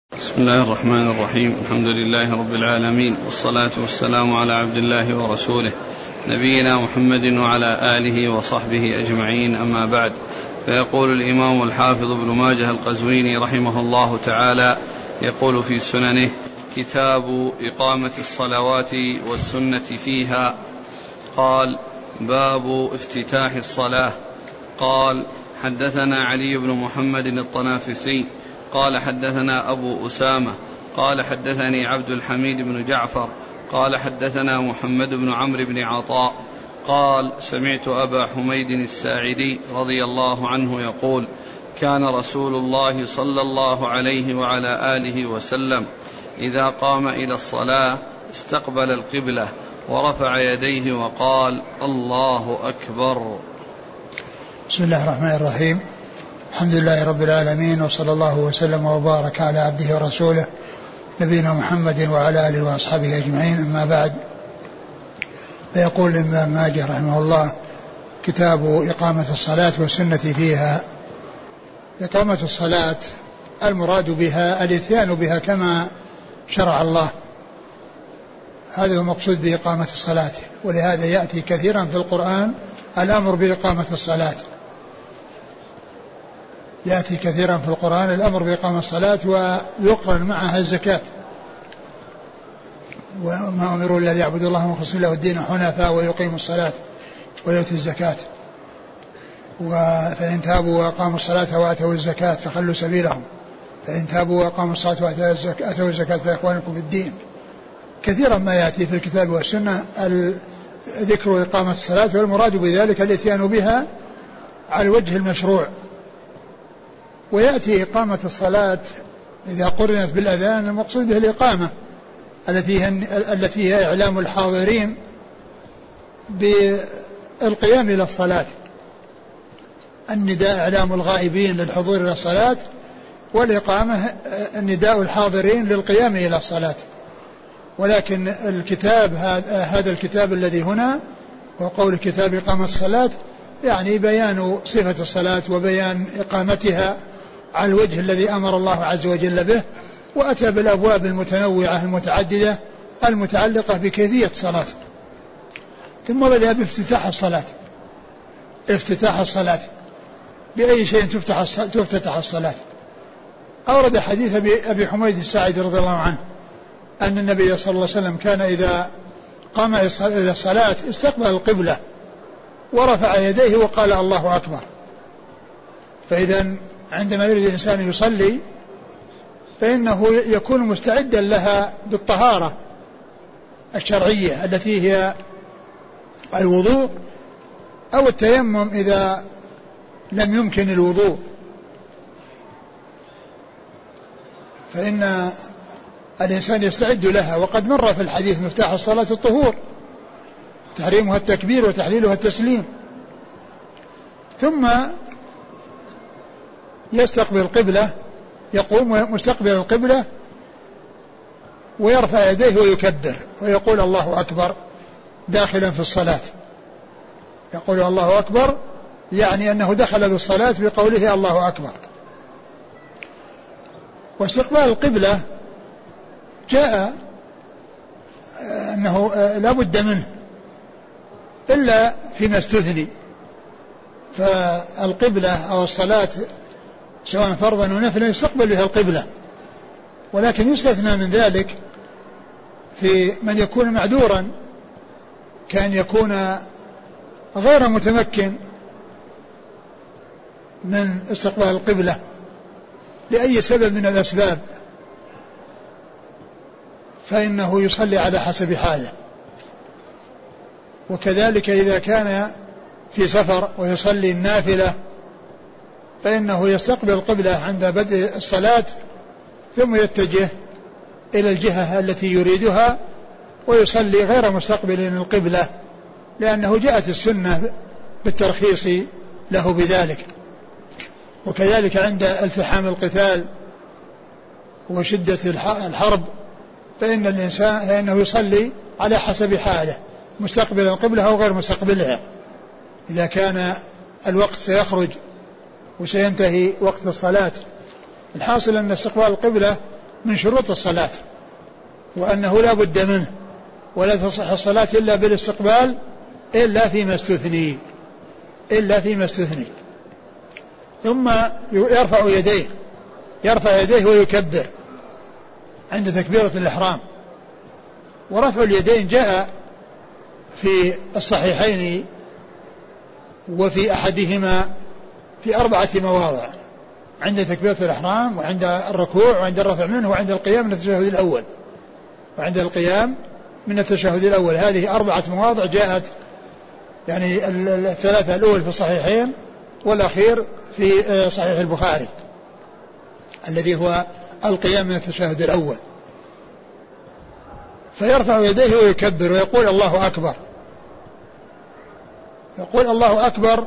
بسم الله الرحمن الرحيم. الحمد لله رب العالمين، والصلاة والسلام على عبد الله ورسوله نبينا محمد وعلى آله وصحبه أجمعين، أما بعد. فيقول الإمام الحافظ ابن ماجه القزويني رحمه الله تعالى، يقول في سننه: كتاب إقامة الصلوات والسنة فيها. قال: باب افتتاح الصلاة. قال: حدثنا علي بن محمد الطنافسي قال: حدثنا أبو أسامة قال: حدثني عبد الحميد بن جعفر قال: حدثنا محمد بن عمرو بن عطاء قال: سمعت أبا حميد الساعدي رضي الله عنه يقول: كان رسول الله صلى الله عليه وعلى آله وسلم إذا قام إلى الصلاة استقبل القبلة ورفع يديه وقال: الله أكبر. بسم الله الرحمن الرحيم. الحمد لله رب العالمين، وصلى الله وسلم وبارك على عبده ورسوله نبينا محمد وعلى آله وأصحابه أجمعين، أما بعد. فيقول الإمام ماجه رحمه الله: كتاب إقامة الصلاة والسنة فيها. إقامة الصلاة المراد بها الإتيان بها كما شرع الله، هذا هو المقصود بإقامة الصلاة، ولهذا يأتي كثيرا في القرآن الأمر بإقامة الصلاة، يأتي كثيرا في القرآن الأمر بإقامة الصلاة ويقرن معها الزكاة: وما أمروا إلا ليعبدوا الله مخلصين له الدين حنفاء ويقيموا الصلاة ويؤتوا الزكاة، فإن تابوا وأقاموا الصلاة وآتوا الزكاة فخلوا سبيلهم، فإن تابوا وأقاموا الصلاة وآتوا الزكاة فإخوانكم في الدين. كثيرا ما يأتي في الكتاب والسنة ذكر إقامة الصلاة، والمراد بذلك الاتيان بها على الوجه المشروع. ويأتي إقامة الصلاة إذا قرنت بالأذان المقصود به الإقامة التي هي إعلام الحاضرين بالقيام إلى الصلاة. النداء إعلام الغائبين للحضور إلى الصلاة، والإقامة النداء الحاضرين للقيام إلى الصلاة. ولكن الكتاب هذا الكتاب الذي هنا وقول كتاب إقامة الصلاة يعني بيان صفة الصلاة وبيان إقامتها على الوجه الذي أمر الله عز وجل به، وأتى بالأبواب المتنوعة المتعددة المتعلقة بكيفية الصلاة. ثم بدأ بافتتاح الصلاة. افتتاح الصلاة بأي شيء تفتتح الصلاة. أورد حديث أبي حميد الساعدي رضي الله عنه أن النبي صلى الله عليه وسلم كان إذا قام إلى الصلاة استقبل القبلة ورفع يديه وقال: الله أكبر. فإذا عندما يريد الإنسان يصلي فإنه يكون مستعدا لها بالطهارة الشرعية التي هي الوضوء أو التيمم إذا لم يمكن الوضوء، فإن الإنسان يستعد لها. وقد مر في الحديث مفتاح الصلاة الطهور، تحريمها التكبير وتحليلها التسليم. ثم يستقبل القبلة، يقوم مستقبل القبلة ويرفع يديه ويكبر ويقول: الله أكبر، داخلا في الصلاة. يقول الله أكبر يعني أنه دخل بالصلاة بقوله الله أكبر. واستقبال القبلة جاء أنه لا بد منه إلا فيما استثني، فالقبلة أو الصلاة سواء فرضا ونفلا يستقبل بها القبلة، ولكن يستثنى من ذلك في من يكون معذورا، كان يكون غير متمكن من استقبال القبلة لأي سبب من الأسباب، فإنه يصلي على حسب حاله. وكذلك إذا كان في سفر ويصلي النافلة فإنه يستقبل القبلة عند بدء الصلاة ثم يتجه إلى الجهة التي يريدها ويصلي غير مستقبل القبلة، لأنه جاءت السنة بالترخيص له بذلك. وكذلك عند التحام القتال وشدة الحرب فإنه يصلي على حسب حاله، مستقبل القبلة أو غير مستقبلها. إذا كان الوقت سيخرج وسينتهي وقت الصلاة، الحاصل أن استقبال القبلة من شروط الصلاة، وأنه لا بد منه، ولا تصح الصلاة إلا بالاستقبال إلا فيما استثني. ثم يرفع يديه ويكبر عند تكبيرة الإحرام. ورفع اليدين جاء في الصحيحين وفي أحدهما في 4 مواضع: عند تكبيرة الإحرام، وعند الركوع، وعند الرفع منه، وعند القيام من التشهد الأول. هذه 4 مواضع جاءت، يعني 3 الأول في الصحيحين والأخير في صحيح البخاري الذي هو القيام من التشهد الأول. فيرفع يديه ويكبر ويقول الله أكبر. يقول الله أكبر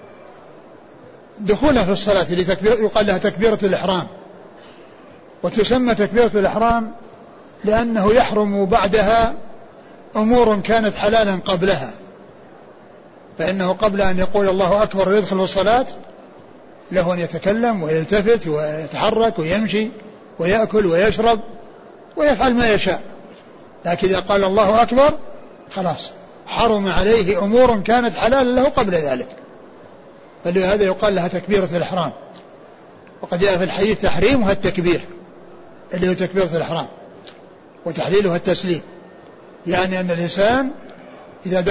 دخولا في الصلاة، اللي يقال لها تكبيرة الإحرام. وتسمى تكبيرة الإحرام لأنه يحرم بعدها أمور كانت حلالا قبلها، فإنه قبل أن يقول الله أكبر ويدخل الصلاة له أن يتكلم ويلتفت ويتحرك ويمشي ويأكل ويشرب ويفعل ما يشاء. لكن إذا قال الله أكبر خلاص حرم عليه أمور كانت حلالا له قبل ذلك، فلهذا يقال لها تكبيرة الإحرام. وقد جاء في الحديث تحريمها التكبير اللي هو تكبيرة الإحرام، وتحليلها التسليم، يعني أن الإنسان إذا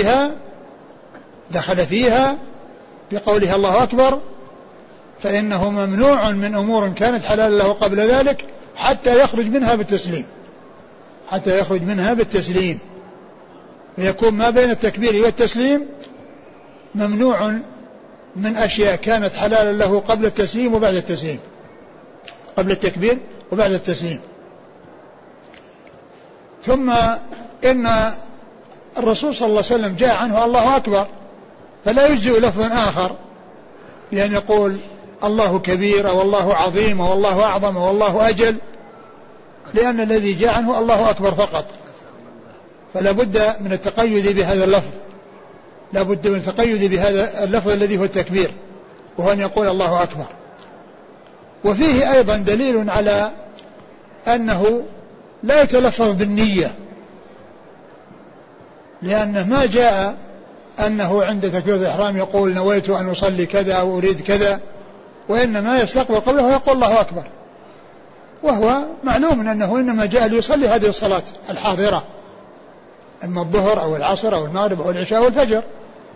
دخل فيها بقولها الله أكبر فإنه ممنوع من أمور كانت حلالا له قبل ذلك حتى يخرج منها بالتسليم، ويكون ما بين التكبير والتسليم ممنوع من أشياء كانت حلالا له قبل التسليم وبعد التسليم، قبل التكبير وبعد التسليم. ثم إن الرسول صلى الله عليه وسلم جاء عنه الله أكبر، فلا يجزئ لفظ آخر بأن يقول الله كبير أو الله عظيم أو الله أعظم أو الله أجل، لأن الذي جاء عنه الله أكبر فقط. فلا بد من التقيد بهذا اللفظ، لا بد من التقيد بهذا اللفظ الذي هو التكبير، وهو أن يقول الله أكبر. وفيه أيضا دليل على أنه لا يتلفظ بالنية، لأنه ما جاء أنه عند تكبيرة الإحرام يقول نويت أن أصلي كذا أو أريد كذا، وإنما يستقبل قبله ويقول الله أكبر. وهو معلوم أنه إنما جاء ليصلي هذه الصلاة الحاضرة، أما الظهر أو العصر أو المغرب أو العشاء أو الفجر.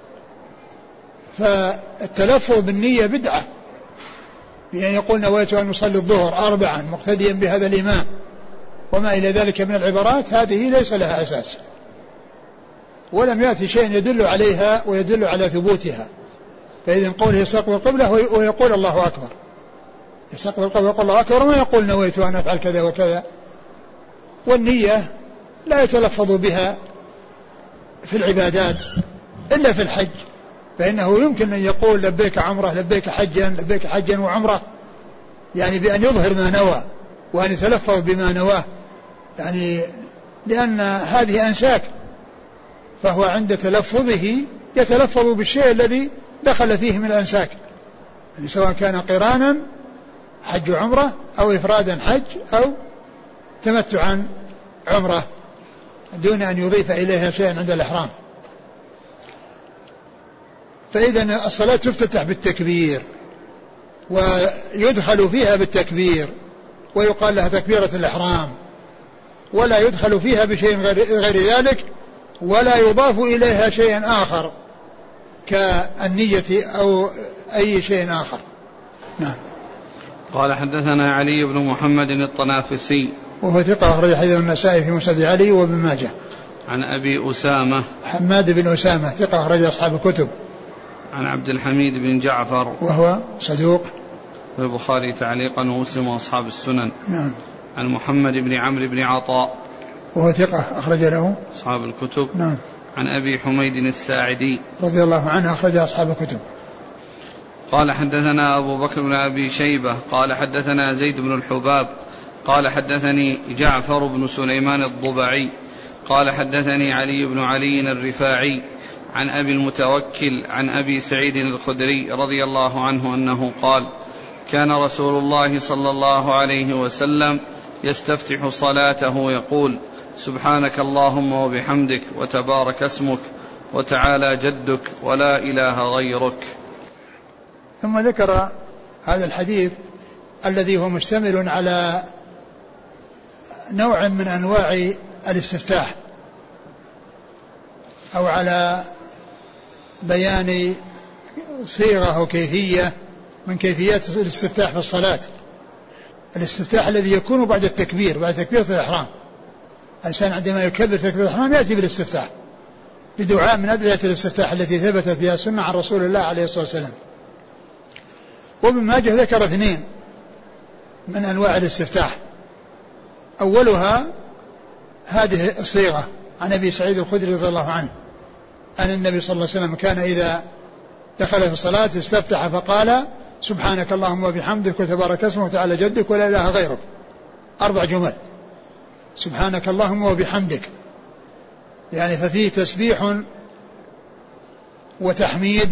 فالتلفظ بالنية بدعة، بأن يقول نويت أن أصلي الظهر 4 مقتديا بهذا الإمام وما إلى ذلك من العبارات، هذه ليس لها أساس، ولم يأتي شيء يدل عليها ويدل على ثبوتها. فإذا قوله يستقبل القبلة ويقول الله أكبر، يستقبل القبلة ويقول الله أكبر، وما يقول نويت أن أفعل كذا وكذا. والنية لا يتلفظ بها في العبادات إلا في الحج، فإنه يمكن أن يقول لبيك عمرة لبيك حجا وعمرة، يعني بأن يظهر ما نوى وأن يتلفظ بما نواه، يعني لأن هذه أنساك، فهو عند تلفظه يتلفظ بالشيء الذي دخل فيه من الأنساك، يعني سواء كان قرانا حج عمرة أو إفرادا حج أو تمتعا عمرة دون أن يضيف إليها شيئا عند الإحرام. فإذا الصلاة تفتتح بالتكبير ويدخل فيها بالتكبير ويقال لها تكبيرة الإحرام، ولا يدخل فيها بشيء غير ذلك، ولا يضاف إليها شيء آخر كالنية أو أي شيء آخر. نعم. قال حدثنا علي بن محمد الطنافسي وهو ثقة أخرج حديث النسائي في مسند علي وابن ماجه. عن أبي أسامة حماد بن أسامة ثقة أخرج أصحاب الكتب. عن عبد الحميد بن جعفر وهو صدوق في البخاري تعليقا ومسلم وأصحاب السنن. نعم. عن محمد بن عمرو بن عطاء وهو ثقة أخرج له أصحاب الكتب. نعم. عن أبي حميد الساعدي رضي الله عنه أخرج أصحاب الكتب. قال حدثنا أبو بكر بن أبي شيبة قال حدثنا زيد بن الحباب قال حدثني جعفر بن سليمان الضبعي قال حدثني علي بن علي الرفاعي عن أبي المتوكل عن أبي سعيد الخدري رضي الله عنه أنه قال كان رسول الله صلى الله عليه وسلم يستفتح صلاته يقول: سبحانك اللهم وبحمدك وتبارك اسمك وتعالى جدك ولا إله غيرك. ثم ذكر هذا الحديث الذي هو مشتمل على نوع من أنواع الاستفتاح أو على بيان صيغة وكيفية من كيفيات الاستفتاح في الصلاة. الاستفتاح الذي يكون بعد التكبير، بعد تكبيرة الإحرام، الإنسان عندما يكبر تكبيرة الإحرام يأتي بالاستفتاح بدعاء من أدعية الاستفتاح التي ثبتت بها السنة عن رسول الله عليه الصلاة والسلام. وابن ماجه ذكر 2 من أنواع الاستفتاح. أولها هذه الصيغة عن أبي سعيد الخدري رضي الله عنه أن النبي صلى الله عليه وسلم كان إذا دخل في الصلاة استفتح فقال: سبحانك اللهم وبحمدك وتبارك اسمك وتعالى جدك ولا إله غيرك. 4 جمل: سبحانك اللهم وبحمدك، يعني ففيه تسبيح وتحميد،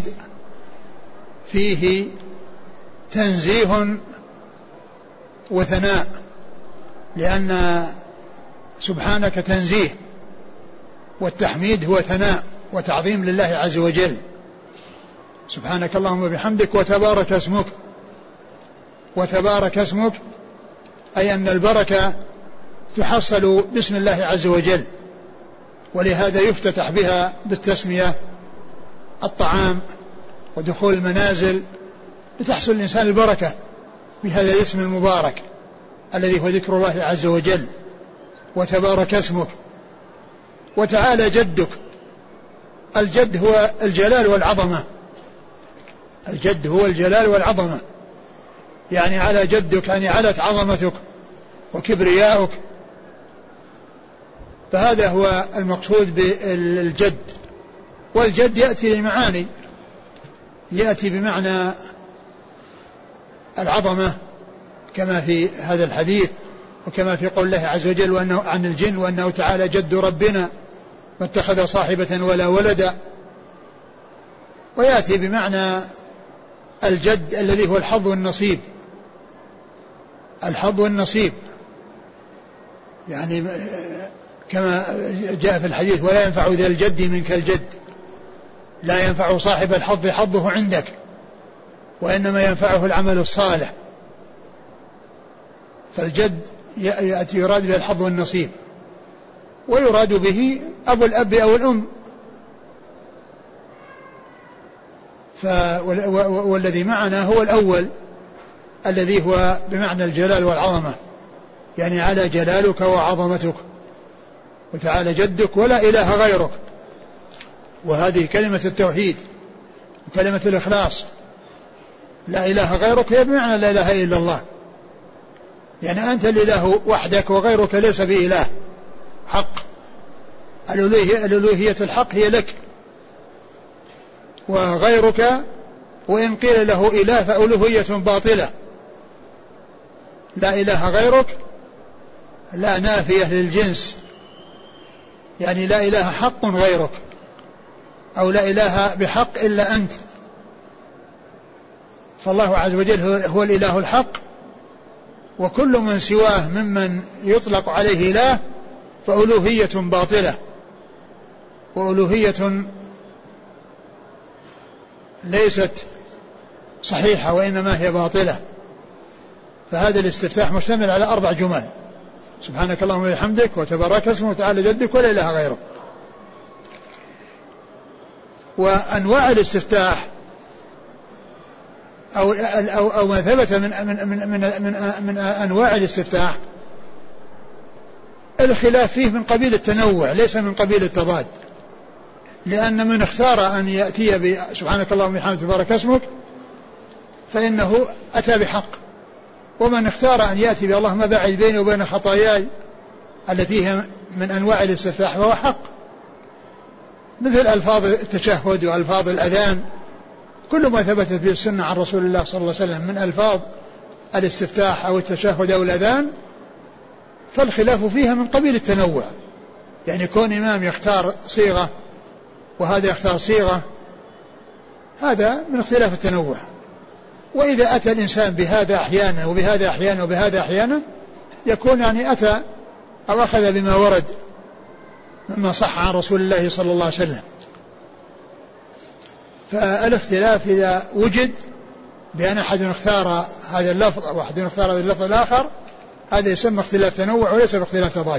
فيه تنزيه وثناء، لأن سبحانك تنزيه والتحميد هو ثناء وتعظيم لله عز وجل. سبحانك اللهم وبحمدك وتبارك اسمك. وتبارك اسمك أي أن البركة تحصل باسم الله عز وجل، ولهذا يفتتح بها بالتسمية الطعام ودخول المنازل، لتحصل الإنسان البركة بهذا الاسم المبارك الذي هو ذكر الله عز وجل. وتبارك اسمك. وتعالى جدك. الجد هو الجلال والعظمة، الجد هو الجلال والعظمة، يعني على جدك يعني علت عظمتك وكبرياؤك، فهذا هو المقصود بالجد. والجد يأتي لمعاني، يأتي بمعنى العظمة كما في هذا الحديث، وكما في قول الله عز وجل وأنه عن الجن وأنه تعالى جد ربنا ما اتخذ صاحبة ولا ولدا. ويأتي بمعنى الجد الذي هو الحظ والنصيب، الحظ والنصيب، يعني كما جاء في الحديث: ولا ينفع ذا الجد منك الجد، لا ينفع صاحب الحظ حظه عندك، وإنما ينفعه العمل الصالح. فالجد يأتي يراد به الحظ والنصيب، ويراد به أبو الأب أو الأم. والذي معنا هو الأول الذي هو بمعنى الجلال والعظمة، يعني على جلالك وعظمتك وتعالى جدك ولا إله غيرك. وهذه كلمة التوحيد وكلمة الإخلاص. لا إله غيرك هي بمعنى لا إله إلا الله، يعني أنت الإله وحدك وغيرك ليس بإله حق. الألوهية الحق هي لك، وغيرك وإن قيل له إله فألوهية باطلة. لا إله غيرك لا نافية للجنس، يعني لا إله حق غيرك، أو لا إله بحق إلا أنت. فالله عز وجل هو الإله الحق، وكل من سواه ممن يطلق عليه إله فألوهية باطلة، وألوهية ليست صحيحة وإنما هي باطلة. فهذا الاستفتاح مشتمل على 4 جمل: سبحانك اللهم وبحمدك وتبارك اسمك وتعالى جدك ولا إله غيرك. وأنواع الاستفتاح أو ما ثبت من أنواع الاستفتاح الخلاف فيه من قبيل التنوع ليس من قبيل التضاد، لأن من اختار أن يأتي بسبحانك اللهم وبحمدك وتبارك اسمك فإنه أتى بحق، ومن اختار أن يأتي باللهم باعد بيني وبين خطاياي التي هي من أنواع الاستفتاح فهو حق، مثل ألفاظ التشهد وألفاظ الأذان، كل ما ثبتت به السنة عن رسول الله صلى الله عليه وسلم من ألفاظ الاستفتاح أو التشهد أو الأذان، فالخلاف فيها من قبيل التنوع، يعني كون إمام يختار صيغة وهذا يختار صيغة، هذا من اختلاف التنوع. وإذا أتى الإنسان بهذا أحيانا وبهذا أحيانا وبهذا أحيانا يكون يعني أتى أو أخذ بما ورد مما صح عن رسول الله صلى الله عليه وسلم. فالاختلاف إذا وجد بأن أحد اختار هذا اللفظ أو أحد اختار هذا اللفظ الآخر هذا يسمى اختلاف تنوع وليس باختلاف تضاد.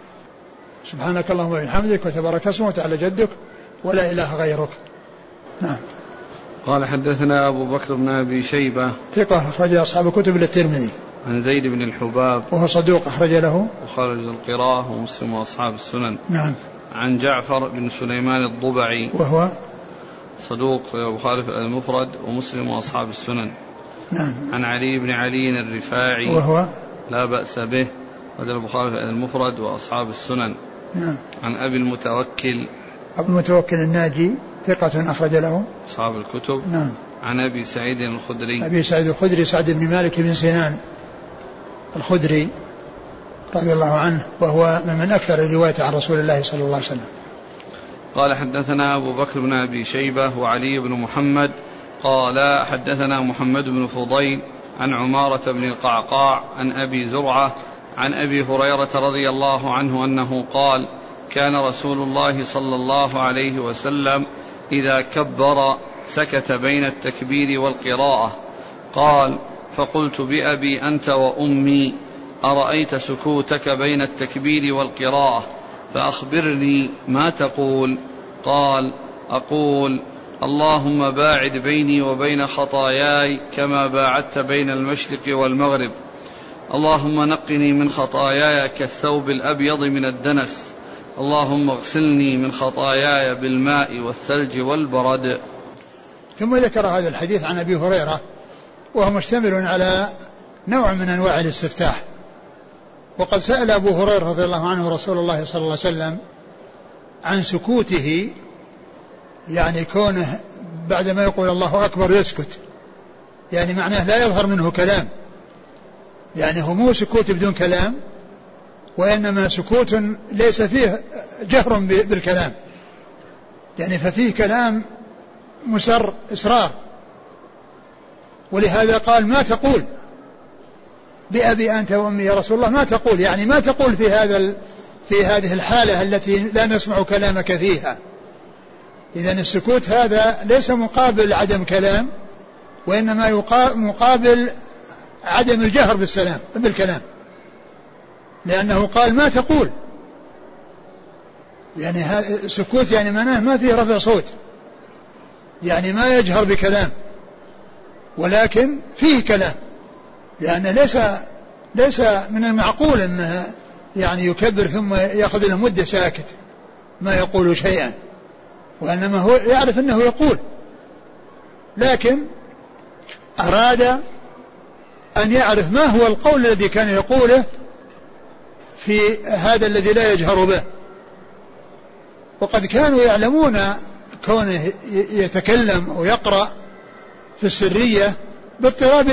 سبحانك اللهم وبحمدك وتبارك اسمك وتعالى جدك ولا إله غيرك. نعم. قال حدثنا أبو بكر بن أبي شيبة ثقة أخرج أصحاب الكتب إلا الترمذي. عن زيد بن الحباب وهو صدوق أخرج له وخرج القراءة ومسلم وأصحاب السنن. نعم. عن جعفر بن سليمان الضبعي وهو صدوق وخالف المفرد ومسلم وأصحاب السنن. نعم. عن علي بن علي الرفاعي وهو لا بأس به وهذا البخاري المفرد وأصحاب السنن. نعم. عن أبي المتوكل أبو المتوكل الناجي ثقة أخرج له أصحاب الكتب. نعم. عن أبي سعيد الخدري أبي سعيد الخدري سعد بن مالك بن سنان الخدري رضي الله عنه وهو من أكثر الرواية عن رسول الله صلى الله عليه وسلم. قال حدثنا أبو بكر بن أبي شيبة وعلي بن محمد قال حدثنا محمد بن فضيل عن عمارة بن القعقاع عن أبي زرعة عن أبي هريرة رضي الله عنه أنه قال كان رسول الله صلى الله عليه وسلم إذا كبر سكت بين التكبير والقراءة. قال فقلت بأبي أنت وأمي أرأيت سكوتك بين التكبير والقراءة فأخبرني ما تقول؟ قال أقول اللهم باعد بيني وبين خطاياي كما باعدت بين المشرق والمغرب، اللهم نقني من خطاياي كالثوب الأبيض من الدنس، اللهم اغسلني من خطاياي بالماء والثلج والبرد. ثم ذكر هذا الحديث عن أبي هريرة وهو مشتمل على نوع من أنواع الاستفتاح. وقد سأل أبو هريرة رضي الله عنه رسول الله صلى الله عليه وسلم عن سكوته، يعني كونه بعدما يقول الله أكبر يسكت، يعني معناه لا يظهر منه كلام، يعني هو مو سكوت بدون كلام وإنما سكوت ليس فيه جهر بالكلام، يعني ففيه كلام مسر إسرار. ولهذا قال ما تقول بأبي أنت وأمي يا رسول الله، ما تقول، يعني ما تقول في هذه الحالة التي لا نسمع كلامك فيها. إذن السكوت هذا ليس مقابل عدم كلام وإنما مقابل عدم الجهر بالكلام، لأنه قال ما تقول، يعني سكوت يعني معناه ما فيه رفع صوت، يعني ما يجهر بكلام ولكن فيه كلام، لأن ليس من المعقول أنه يعني يكبر ثم يأخذ له مدة ساكت ما يقول شيئا، وإنما هو يعرف أنه يقول، لكن أراد أن يعرف ما هو القول الذي كان يقوله في هذا الذي لا يجهر به. وقد كانوا يعلمون كونه يتكلم أو يقرأ في السرية باضطراب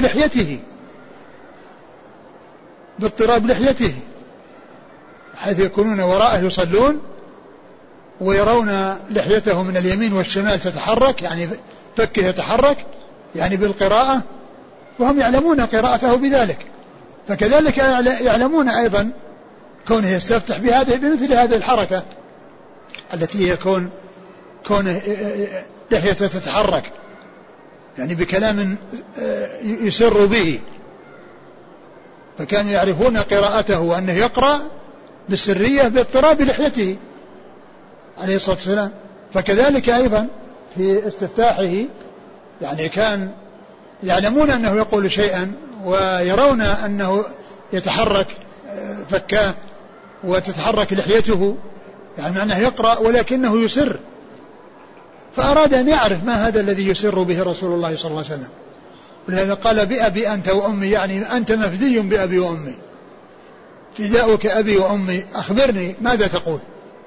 لحيته حيث يكونون وراءه يصلون ويرون لحيته من اليمين والشمال تتحرك، يعني فكه يتحرك يعني بالقراءة، وهم يعلمون قراءته بذلك. فكذلك يعلمون أيضا كونه يستفتح بمثل هذه الحركة التي يكون كونه لحيته تتحرك يعني بكلام يسر به، فكانوا يعرفون قراءته وأنه يقرأ بالسرية باضطراب لحيته عليه الصلاة والسلام. فكذلك أيضا في استفتاحه يعني كان يعلمون أنه يقول شيئا ويرون أنه يتحرك فكاه وتتحرك لحيته، يعني معناه يقرأ ولكنه يسر، فأراد أن يعرف ما هذا الذي يسر به رسول الله صلى الله عليه وسلم. ولهذا قال بأبي أنت وأمي، يعني أنت مفدي بأبي وأمي، فداؤك أبي وأمي، أخبرني ماذا تقول؟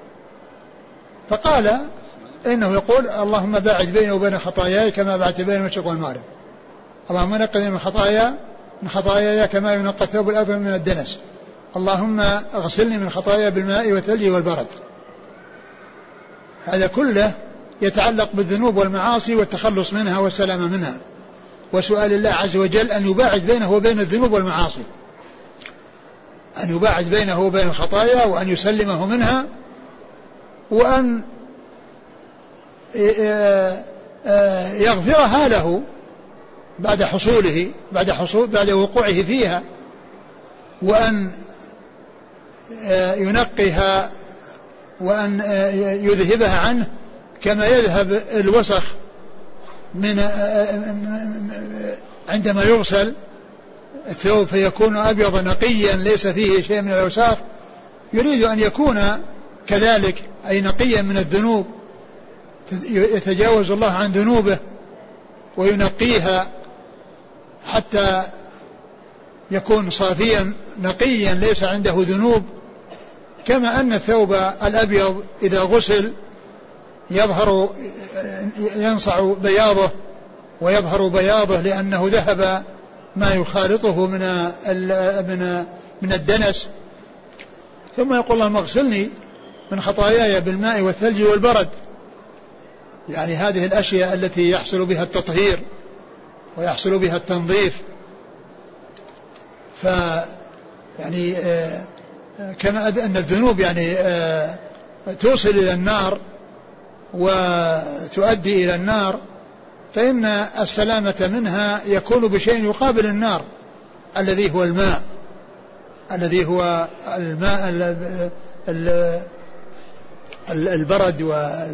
فقال إنه يقول اللهم باعد بيني وبين خطاياي كما باعدت بين المشرق والمغرب، اللهم نقني من خطاياي كما ينقى الثوب الأبيض من الدنس، اللهم اغسلني من خطاياي بالماء والثلج والبرد. هذا كله يتعلق بالذنوب والمعاصي والتخلص منها والسلامة منها، وسؤال الله عز وجل أن يباعد بينه وبين الذنوب والمعاصي. أن يباعد بينه وبين الخطايا وأن يسلمه منها، وأن يغفرها له بعد وقوعه فيها، وأن ينقيها وأن يذهبها عنه كما يذهب الوسخ عندما يغسل الثوب فيكون أبيض نقيا ليس فيه شيء من الأوساخ. يريد أن يكون كذلك، أي نقيا من الذنوب، يتجاوز الله عن ذنوبه وينقيها حتى يكون صافيا نقيا ليس عنده ذنوب. كما أن الثوب الأبيض إذا غسل ينصع بياضه ويظهر بياضه لأنه ذهب ما يخالطه من الدنس. ثم يقول اللهم اغسلني من خطاياي بالماء والثلج والبرد، يعني هذه الأشياء التي يحصل بها التطهير ويحصل بها التنظيف. يعني كما أن الذنوب يعني توصل إلى النار وتؤدي إلى النار، فإن السلامة منها يكون بشيء يقابل النار الذي هو الماء، البرد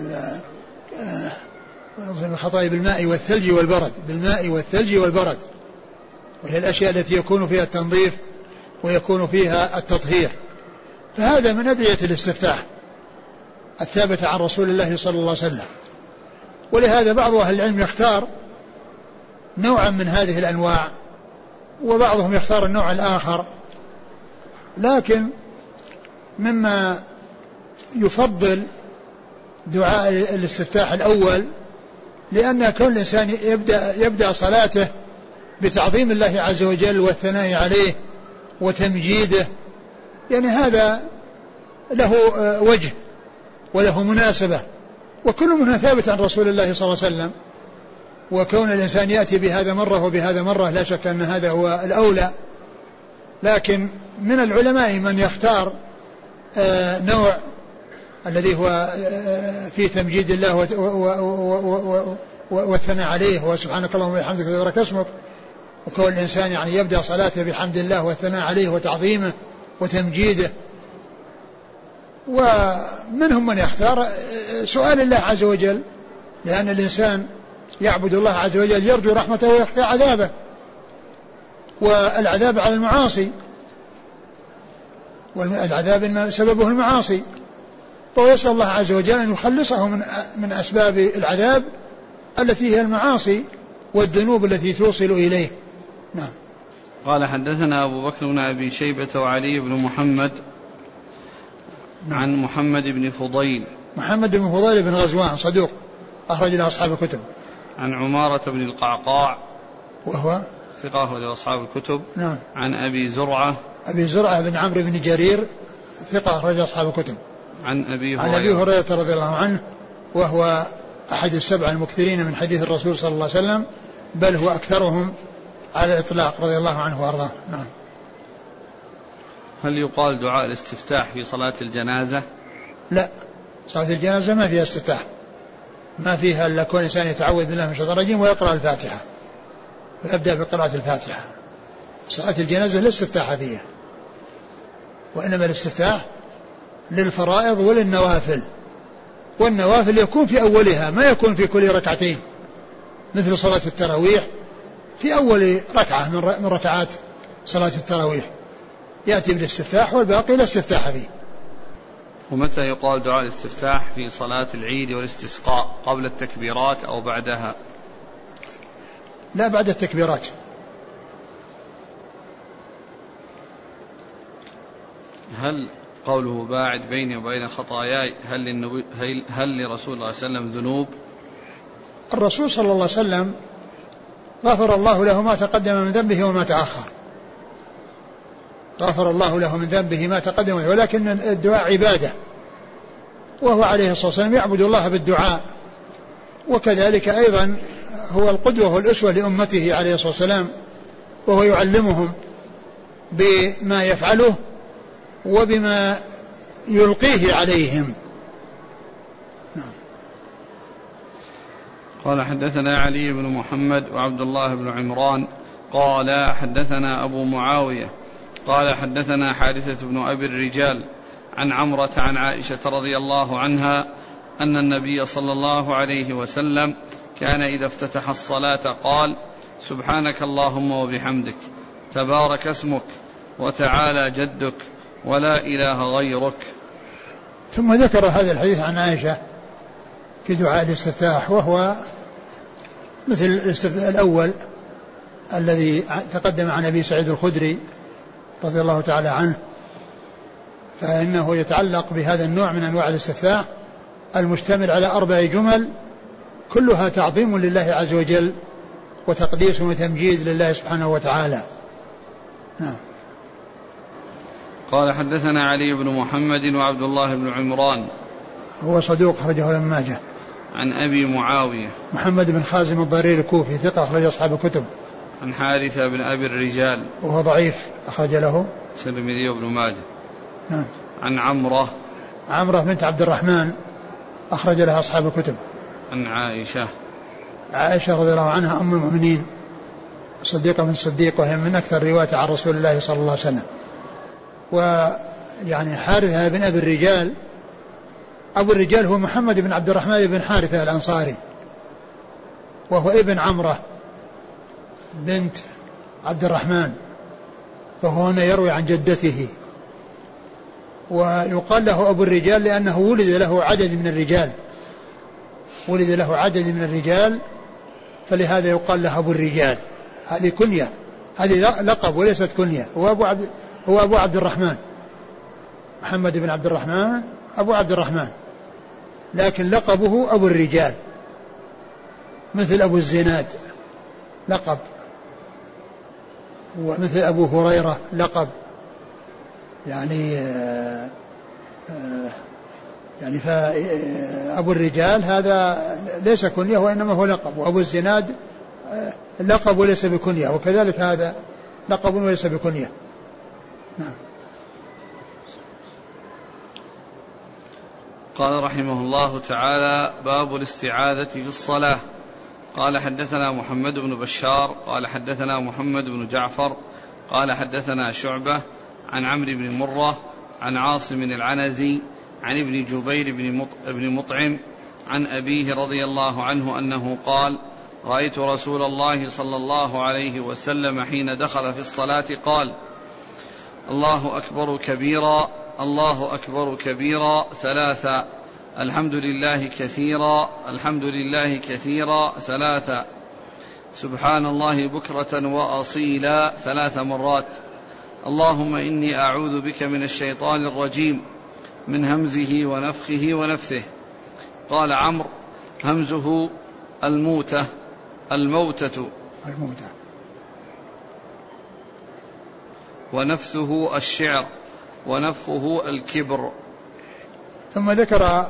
والخطايا بالماء والثلج والبرد، وهي الأشياء التي يكون فيها التنظيف ويكون فيها التطهير. فهذا من أدعية الاستفتاح الثابتة عن رسول الله صلى الله عليه وسلم. ولهذا بعض أهل العلم يختار نوعا من هذه الأنواع وبعضهم يختار النوع الآخر، لكن مما يفضل دعاء الاستفتاح الأول، لأن كل إنسان يبدأ صلاته بتعظيم الله عز وجل والثناء عليه وتمجيده، يعني هذا له وجه وله مناسبة، وكل منها ثابت عن رسول الله صلى الله عليه وسلم. وكون الإنسان يأتي بهذا مرة وبهذا مرة لا شك أن هذا هو الأولى، لكن من العلماء من يختار نوع الذي هو فيه تمجيد الله والثناء عليه وسبحانك اللهم وبحمدك وتبارك اسمك، وكون الإنسان يعني يبدأ صلاته بحمد الله والثناء عليه وتعظيمه وتمجيده. ومنهم من يختار سؤال الله عز وجل، لأن الإنسان يعبد الله عز وجل يرجو رحمته ويخشى عذابه، والعذاب على المعاصي، والعذاب سببه المعاصي، ويسأل الله عز وجل أن يخلصه من أسباب العذاب التي هي المعاصي والذنوب التي توصل إليه. نعم. قال حدثنا أبو بكر بن أبي شيبة وعلي بن محمد عن محمد بن فضيل بن غزوان صدوق أخرج له أصحاب الكتب. عن عمارة بن القعقاع وهو ثقة أخرج له أصحاب الكتب. نعم. عن أبي زرعة بن عمرو بن جرير ثقة أخرج أصحاب الكتب. عن أبي هريرة رضي الله عنه، وهو أحد السبع المكثرين من حديث الرسول صلى الله عليه وسلم، بل هو أكثرهم على الإطلاق رضي الله عنه وأرضاه. نعم. هل يقال دعاء الاستفتاح في صلاة الجنازة؟ لا، صلاة الجنازة ما فيها استفتاح، ما فيها إلا كون إنسان يتعوذ بالله من الشيطان الرجيم ويقرأ الفاتحة ويبدأ بقراءة الفاتحة. صلاة الجنازة لا استفتاح فيها، وإنما الاستفتاح للفرائض وللنوافل، والنوافل يكون في أولها ما يكون في كل ركعتين، مثل صلاة التراويح في أول ركعة من ركعات صلاة التراويح يأتي بالاستفتاح والباقي لا استفتاح فيه. ومتى يقال دعاء الاستفتاح في صلاة العيد والاستسقاء؟ قبل التكبيرات أو بعدها؟ لا، بعد التكبيرات. هل قوله باعد بيني وبين خطاياي هل لرسول الله صلى الله عليه وسلم ذنوب؟ الرسول صلى الله عليه وسلم غفر الله له ما تقدم من ذنبه وما تأخر، غفر الله له من ذنبه ما تقدم، ولكن الدعاء عبادة، وهو عليه الصلاة والسلام يعبد الله بالدعاء، وكذلك أيضا هو القدوة والأسوة لأمته عليه الصلاة والسلام، وهو يعلمهم بما يفعله وبما يلقيه عليهم. قال حدثنا علي بن محمد وعبد الله بن عمران قال حدثنا أبو معاوية قال حدثنا حارثة بن أبي الرجال عن عمرة عن عائشة رضي الله عنها أن النبي صلى الله عليه وسلم كان إذا افتتح الصلاة قال سبحانك اللهم وبحمدك تبارك اسمك وتعالى جدك ولا إله غيرك. ثم ذكر هذا الحديث عن عائشة في دعاء الاستفتاح، وهو مثل الاستفتاح الأول الذي تقدم عن أبي سعيد الخدري رضي الله تعالى عنه، فإنه يتعلق بهذا النوع من أنواع الاستفتاح المشتمل على 4 جمل كلها تعظيم لله عز وجل وتقديس وتمجيد لله سبحانه وتعالى. نعم. قال حدثنا علي بن محمد وعبد الله بن عمران هو صدوق أخرجه ابن ماجه. عن أبي معاوية محمد بن خازم الضرير الكوفي ثقة أخرج أصحاب الكتب. عن حارثة بن أبي الرجال وهو ضعيف أخرج له الترمذي وابن ماجه. نعم. عن عمرة بنت عبد الرحمن أخرج لها أصحاب الكتب. عن عائشة رضي الله عنها أم المؤمنين صديقة من الصديق، وهي من أكثر رواية عن رسول الله صلى الله عليه وسلم. ويعني حارثة بن أبي الرجال، أبو الرجال هو محمد بن عبد الرحمن بن حارثة الأنصاري، وهو ابن عمرة بنت عبد الرحمن، فهو هنا يروي عن جدته. ويقال له أبو الرجال لأنه ولد له عدد من الرجال، فلهذا يقال له أبو الرجال. هذه كنية، هذه لقب وليست كنية. هو أبو عبد الرحمن، محمد بن عبد الرحمن أبو عبد الرحمن، لكن لقبه أبو الرجال، مثل أبو الزناد لقب، ومثل أبو هريرة لقب، يعني فأبو الرجال هذا ليس كنية وإنما هو لقب، وأبو الزناد لقب وليس بكنية، وكذلك هذا لقب وليس بكنية. نعم. قال رحمه الله تعالى: باب الاستعاذة في الصلاة. قال حدثنا محمد بن بشار قال حدثنا محمد بن جعفر قال حدثنا شعبة عن عمرو بن مرة عن عاصم العنزي عن ابن جبير بن مطعم عن أبيه رضي الله عنه أنه قال: رأيت رسول الله صلى الله عليه وسلم حين دخل في الصلاة قال: الله أكبر كبيرا الله أكبر كبيرا ثلاثا، الحمد لله كثيرا الحمد لله كثيرا ثلاثا، سبحان الله بكرة وأصيلا 3 مرات، اللهم إني أعوذ بك من الشيطان الرجيم من همزه ونفخه ونفثه. قال عمرو: همزه الموتة ونفثه الشعر ونفخه الكبر. ثم ذكر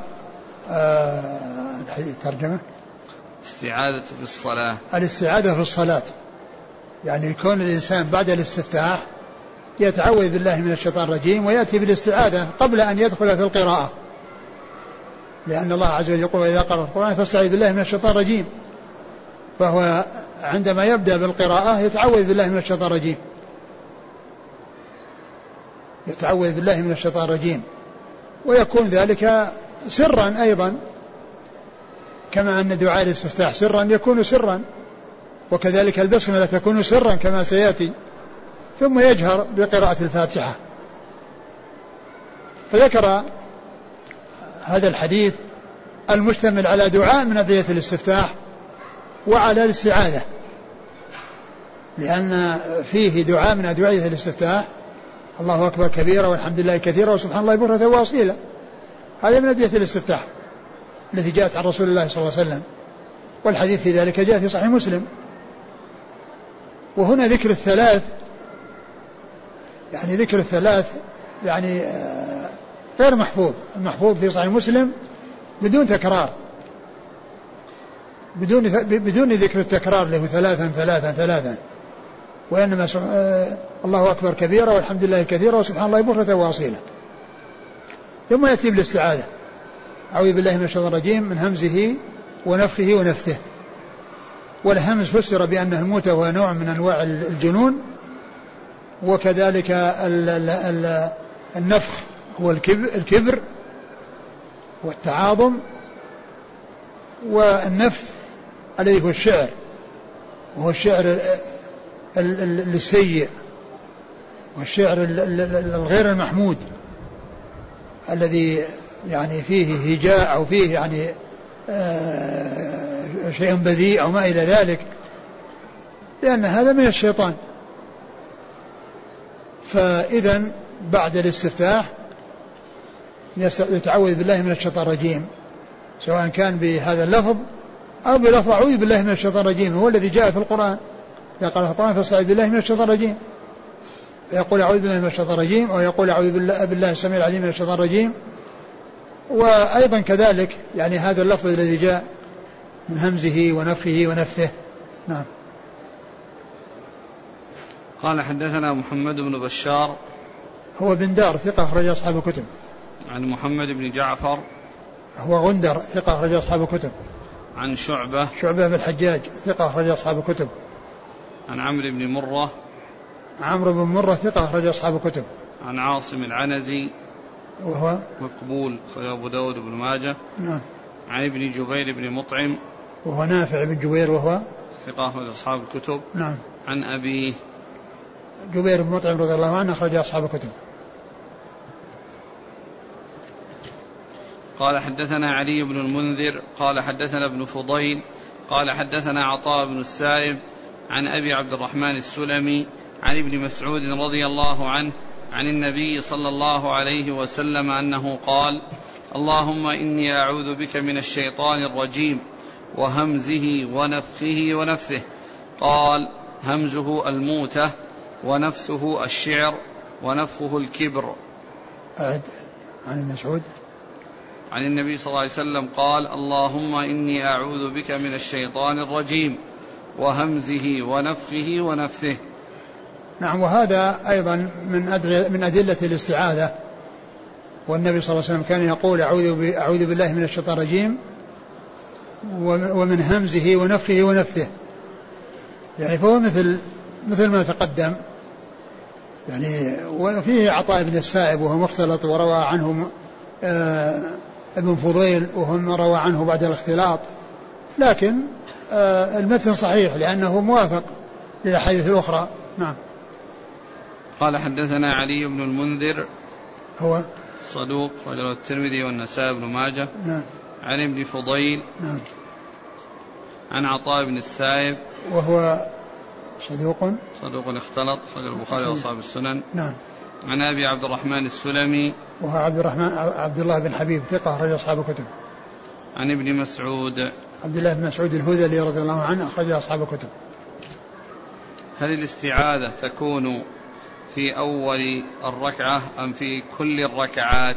الترجمة: استعاذة في الصلاة. الاستعاذة في الصلاة يعني يكون الإنسان بعد الاستفتاح يتعوذ بالله من الشيطان الرجيم ويأتي بالاستعاذة قبل أن يدخل في القراءة، لأن الله عز وجل يقول: إذا قرأ القرآن فاستعذ بالله من الشيطان الرجيم. فهو عندما يبدأ بالقراءة يتعوذ بالله من الشيطان الرجيم، ويكون ذلك سرا أيضا، كما أن دعاء الاستفتاح سرا يكون سرا، وكذلك البسملة تكون سرا كما سيأتي، ثم يجهر بقراءة الفاتحة. فذكر هذا الحديث المشتمل على دعاء من أدعية الاستفتاح وعلى الاستعاذة، لأن فيه دعاء من أدعية الاستفتاح: الله أكبر كبيرا والحمد لله كثيرا وسبحان الله بكرة وأصيلا. هذا من أدعية الاستفتاح التي جاءت عن رسول الله صلى الله عليه وسلم، والحديث في ذلك جاء في صحيح مسلم. وهنا ذكر الثلاث، يعني ذكر الثلاث يعني غير محفوظ. المحفوظ في صحيح مسلم بدون تكرار، بدون ذكر التكرار له 3 3 3. وإنما الله أكبر كبيرا والحمد لله كثيرا وسبحان الله بكرة وأصيلا. ثم يأتي بالاستعاذة، أعوذ بالله من الشيطان الرجيم من همزه ونفخه ونفثه. والهمز فسر بأنه الموت وهو نوع من أنواع الجنون، وكذلك النفخ هو الكبر والتعاظم، والنفث الذي هو الشعر، وهو الشعر السيء والشعر الغير المحمود الذي يعني فيه هجاء أو فيه يعني شيء بذيء أو ما إلى ذلك، لأن هذا من الشيطان. فإذا بعد الاستفتاح يتعوذ بالله من الشيطان الرجيم، سواء كان بهذا اللفظ أو بلفظ أعوذ بالله من الشيطان الرجيم، هو الذي جاء في القرآن. إذا قال في القرآن فاستعذ بالله من الشيطان الرجيم، يقول أعوذ بالله من الشيطان الرجيم، أو يقول أعوذ بالله السميع العليم من الشيطان الرجيم. وأيضا كذلك يعني هذا اللفظ الذي جاء من همزه ونفخه ونفثه. نعم. قال حدثنا محمد بن بشار هو بن دار ثقة أخرج أصحاب الكتب. عن محمد بن جعفر هو غندر ثقة أخرج أصحاب الكتب. عن شعبة بن الحجاج ثقة أخرج أصحاب الكتب. عن عمرو بن مرة بن مرة ثقة أخرج أصحاب الكتب. عن عاصم العنزي وهو مقبول أخرج أبو داود بن ماجه. نعم. عن ابن جبير بن مطعم وهو نافع بن جبير وهو ثقة أخرج أصحاب الكتب. نعم. عن أبيه جبير بن مطعم رضي الله عنه أخرج أصحاب الكتب. قال حدثنا علي بن المنذر قال حدثنا ابن فضيل قال حدثنا عطاء بن السائب عن أبي عبد الرحمن السلمي عن ابن مسعود رضي الله عنه عن النبي صلى الله عليه وسلم أنه قال: اللهم إني أعوذ بك من الشيطان الرجيم وهمزه ونفخه ونفثه. قال: همزه الموتة ونفثه الشعر ونفخه الكبر. أعد عن مسعود عن النبي صلى الله عليه وسلم قال: اللهم إني أعوذ بك من الشيطان الرجيم وهمزه ونفخه ونفثه. نعم. وهذا أيضا من أدلة الاستعاذة، والنبي صلى الله عليه وسلم كان يقول أعوذ بالله من الشيطان الرجيم ومن همزه ونفخه ونفثه، يعني فهو مثل ما تقدم يعني. وفيه عطاء بن السائب وهو مختلط وروى عنه ابن فضيل وهم روى عنه بعد الاختلاط، لكن المتن صحيح لأنه موافق للأحاديث الأخرى. نعم. قال حدثنا علي بن المنذر هو صدوق رجل الترمذي والنسائي بن ماجه. نعم. عن ابن فضيل. نعم. عن عطاء بن السائب وهو صدوق اختلط رجل البخاري وأصحاب السنن. نعم. عن أبي عبد الرحمن السلمي وهو عبد الله بن حبيب ثقة أخرج أصحاب الكتب. عن ابن مسعود عبد الله بن مسعود الهذلي رضي الله عنه أخرج أصحاب الكتب. هل الاستعاذة تكون في أول الركعة أم في كل الركعات؟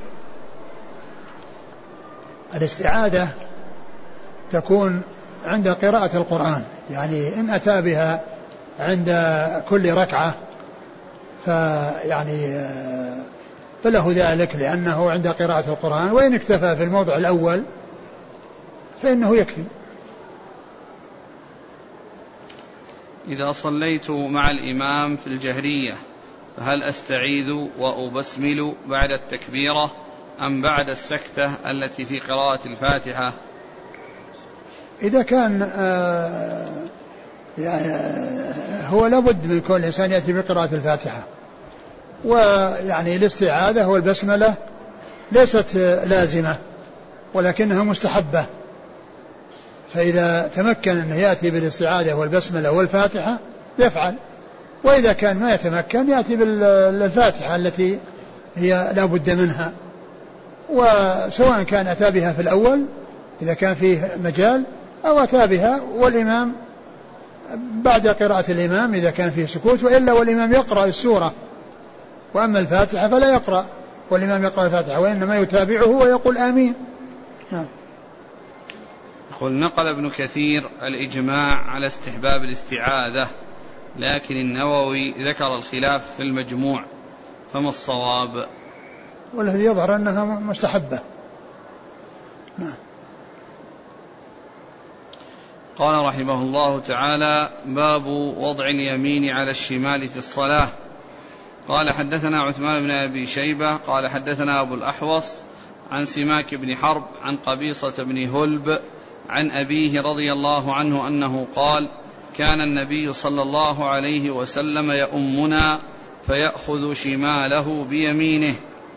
الاستعاذة تكون عند قراءة القرآن، يعني إن أتى بها عند كل ركعة فله ذلك لأنه عند قراءة القرآن، وإن اكتفى في الموضع الأول فإنه يكفي. إذا صليت مع الإمام في الجهرية فهل أستعيذ وأبسمل بعد التكبيرة أم بعد السكتة التي في قراءة الفاتحة؟ إذا كان هو لابد من كل إنسان يأتي بقراءة الفاتحة، ويعني الاستعاذة والبسملة ليست لازمة ولكنها مستحبة، فإذا تمكن أن يأتي بالاستعاذة والبسملة والفاتحة يفعل، وإذا كان ما يتمكن يأتي بالفاتحة التي هي لا بد منها، وسواء كان أتى بها في الأول إذا كان فيه مجال أو أتى بها والإمام بعد قراءة الإمام إذا كان فيه سكوت، وإلا والإمام يقرأ السورة، وأما الفاتحة فلا يقرأ والإمام يقرأ الفاتحة وإنما يتابعه ويقول آمين. نعم. يقول: نقل ابن كثير الإجماع على استحباب الاستعاذة لكن النووي ذكر الخلاف في المجموع، فما الصواب؟ والذي يظهر أنها مستحبة. قال رحمه الله تعالى: باب وضع اليمين على الشمال في الصلاة. قال حدثنا عثمان بن أبي شيبة قال حدثنا أبو الأحوص عن سماك بن حرب عن قبيصة بن هلب عن أبيه رضي الله عنه أنه قال: كان النبي صلى الله عليه وسلم يؤمنا فيأخذ شماله بيمينه.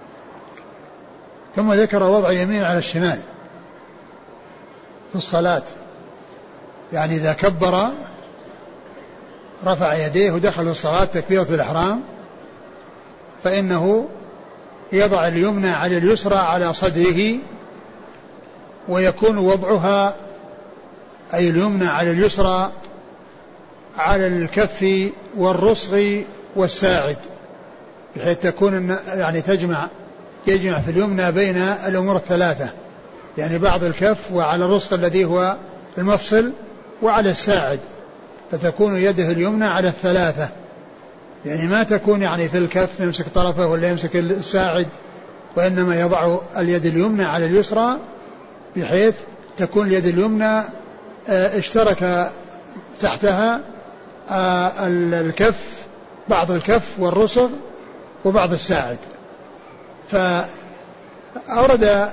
ثم ذكر وضع يمين على الشمال في الصلاة، يعني إذا كبر رفع يديه ودخل الصلاة تكبيرة الإحرام فإنه يضع اليمنى على اليسرى على صدره، ويكون وضعها أي اليمنى على اليسرى على الكف والرسغ والساعد، بحيث تكون يعني يجمع في اليمنى بين الأمور الثلاثة، يعني بعض الكف وعلى الرسغ الذي هو المفصل وعلى الساعد، فتكون يده اليمنى على الثلاثة، يعني ما تكون يعني في الكف يمسك طرفه ولا يمسك الساعد، وإنما يضع اليد اليمنى على اليسرى بحيث تكون اليد اليمنى اشترك تحتها الكف، بعض الكف والرسغ وبعض الساعد. فأورد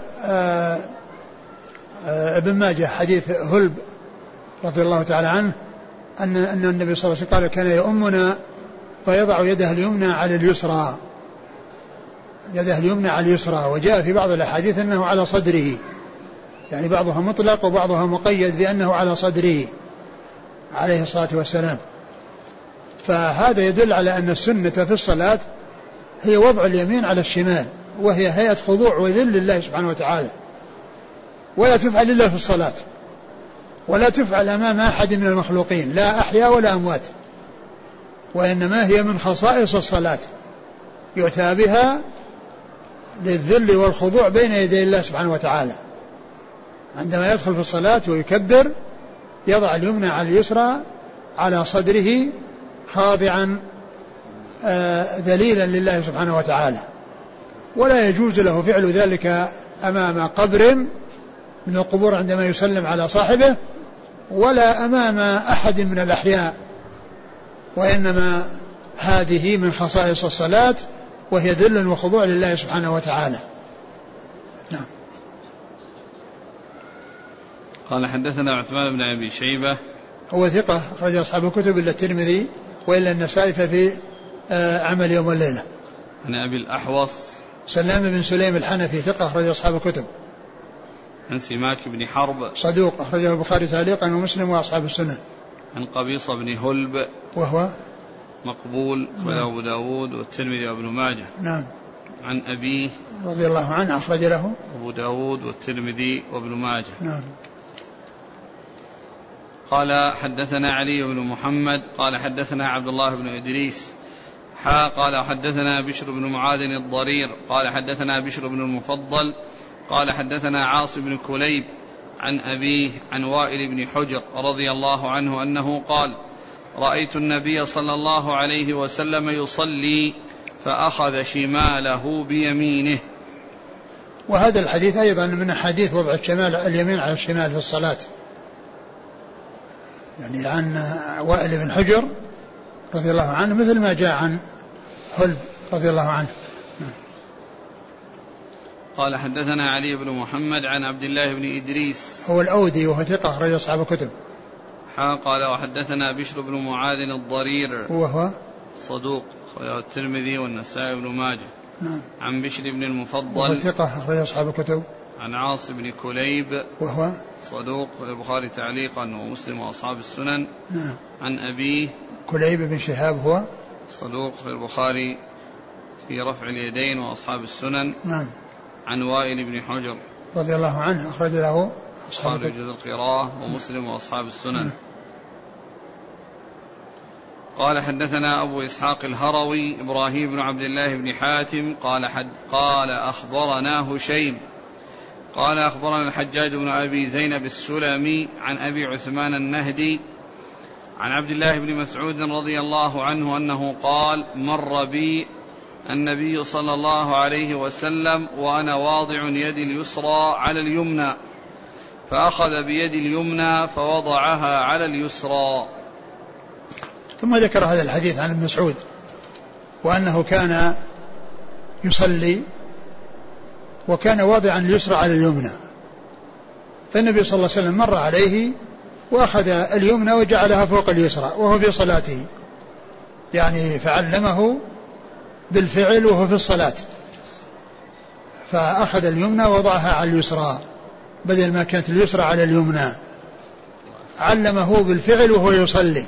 ابن ماجه حديث هلب رضي الله تعالى عنه أن النبي صلى الله عليه وسلم قال: كان يؤمنا فيضع يده اليمنى على اليسرى، يده اليمنى على اليسرى. وجاء في بعض الأحاديث أنه على صدره، يعني بعضها مطلق وبعضها مقيد بأنه على صدره عليه الصلاة والسلام. فهذا يدل على أن السنة في الصلاة هي وضع اليمين على الشمال، وهي هيئة خضوع وذل لله سبحانه وتعالى، ولا تفعل إلا في الصلاة، ولا تفعل أمام أحد من المخلوقين لا أحياء ولا أموات، وإنما هي من خصائص الصلاة يؤتى بها للذل والخضوع بين يدي الله سبحانه وتعالى. عندما يدخل في الصلاة ويكبر يضع اليمنى على اليسرى على صدره خاضعا ذليلا لله سبحانه وتعالى، ولا يجوز له فعل ذلك أمام قبر من القبور عندما يسلم على صاحبه، ولا أمام أحد من الأحياء، وإنما هذه من خصائص الصلاة وهي ذل وخضوع لله سبحانه وتعالى. نعم. قال حدثنا عثمان بن أبي شيبة هو ثقة أخرج أصحاب الكتب إلا الترمذي وإلا النسائي في عمل يوم والليلة. عن أبي الأحوص سلام بن سليم الحنفي ثقة أخرج أصحاب الكتب. عن سماك بن حرب صدوق أخرجه البخاري تعليقا ومسلم وأصحاب السنة. عن قبيصة بن هلب وهو مقبول أخرجه أبو داود والترمذي وابن ماجه. نعم. عن أبيه رضي الله عنه أخرج له أبو داود والترمذي وابن ماجه. نعم. قال حدثنا علي بن محمد قال حدثنا عبد الله بن إدريس قال حدثنا بشر بن معاذ الضرير قال حدثنا بشر بن المفضل قال حدثنا عاصم بن كليب عن أبيه عن وائل بن حجر رضي الله عنه أنه قال: رأيت النبي صلى الله عليه وسلم يصلي فأخذ شماله بيمينه. وهذا الحديث أيضا من حديث وضع اليمين على الشمال في الصلاة، يعني عن وائل بن حجر رضي الله عنه مثل ما جاء عن هلب رضي الله عنه. قال حدثنا علي بن محمد عن عبد الله بن إدريس هو الأودي وهو ثقة أخرج أصحاب الكتب. قال وحدثنا بشر بن معاذ الضرير وهو صدوق أخرجه الترمذي والنسائي بن ماجه. نعم. عن بشر بن المفضل وهو ثقة أخرج أصحاب الكتب. عن عاصم بن كليب وهو صدوق البخاري تعليقا ومسلم وأصحاب السنن. نعم. عن أبيه كليب بن شهاب هو صدوق في البخاري في رفع اليدين وأصحاب السنن. نعم. عن وائل بن حجر رضي الله عنه أخرج له أصحاب جزء القراءة ومسلم وأصحاب السنن. قال حدثنا أبو إسحاق الهروي إبراهيم بن عبد الله بن حاتم قال أخبرنا هشيم قال أخبرنا الحجاج بن أبي زينب السلمي عن أبي عثمان النهدي عن عبد الله بن مسعود رضي الله عنه أنه قال: مر بي النبي صلى الله عليه وسلم وأنا واضع يدي اليسرى على اليمنى، فأخذ بيد اليمنى فوضعها على اليسرى. ثم ذكر هذا الحديث عن ابن مسعود وأنه كان يصلي وكان واضعا اليسرى على اليمنى، فالنبي صلى الله عليه وسلم مر عليه وأخذ اليمنى وجعلها فوق اليسرى وهو في صلاته، يعني فعلمه بالفعل وهو في الصلاة، فأخذ اليمنى ووضعها على اليسرى بدل ما كانت اليسرى على اليمنى، علمه بالفعل وهو يصلي،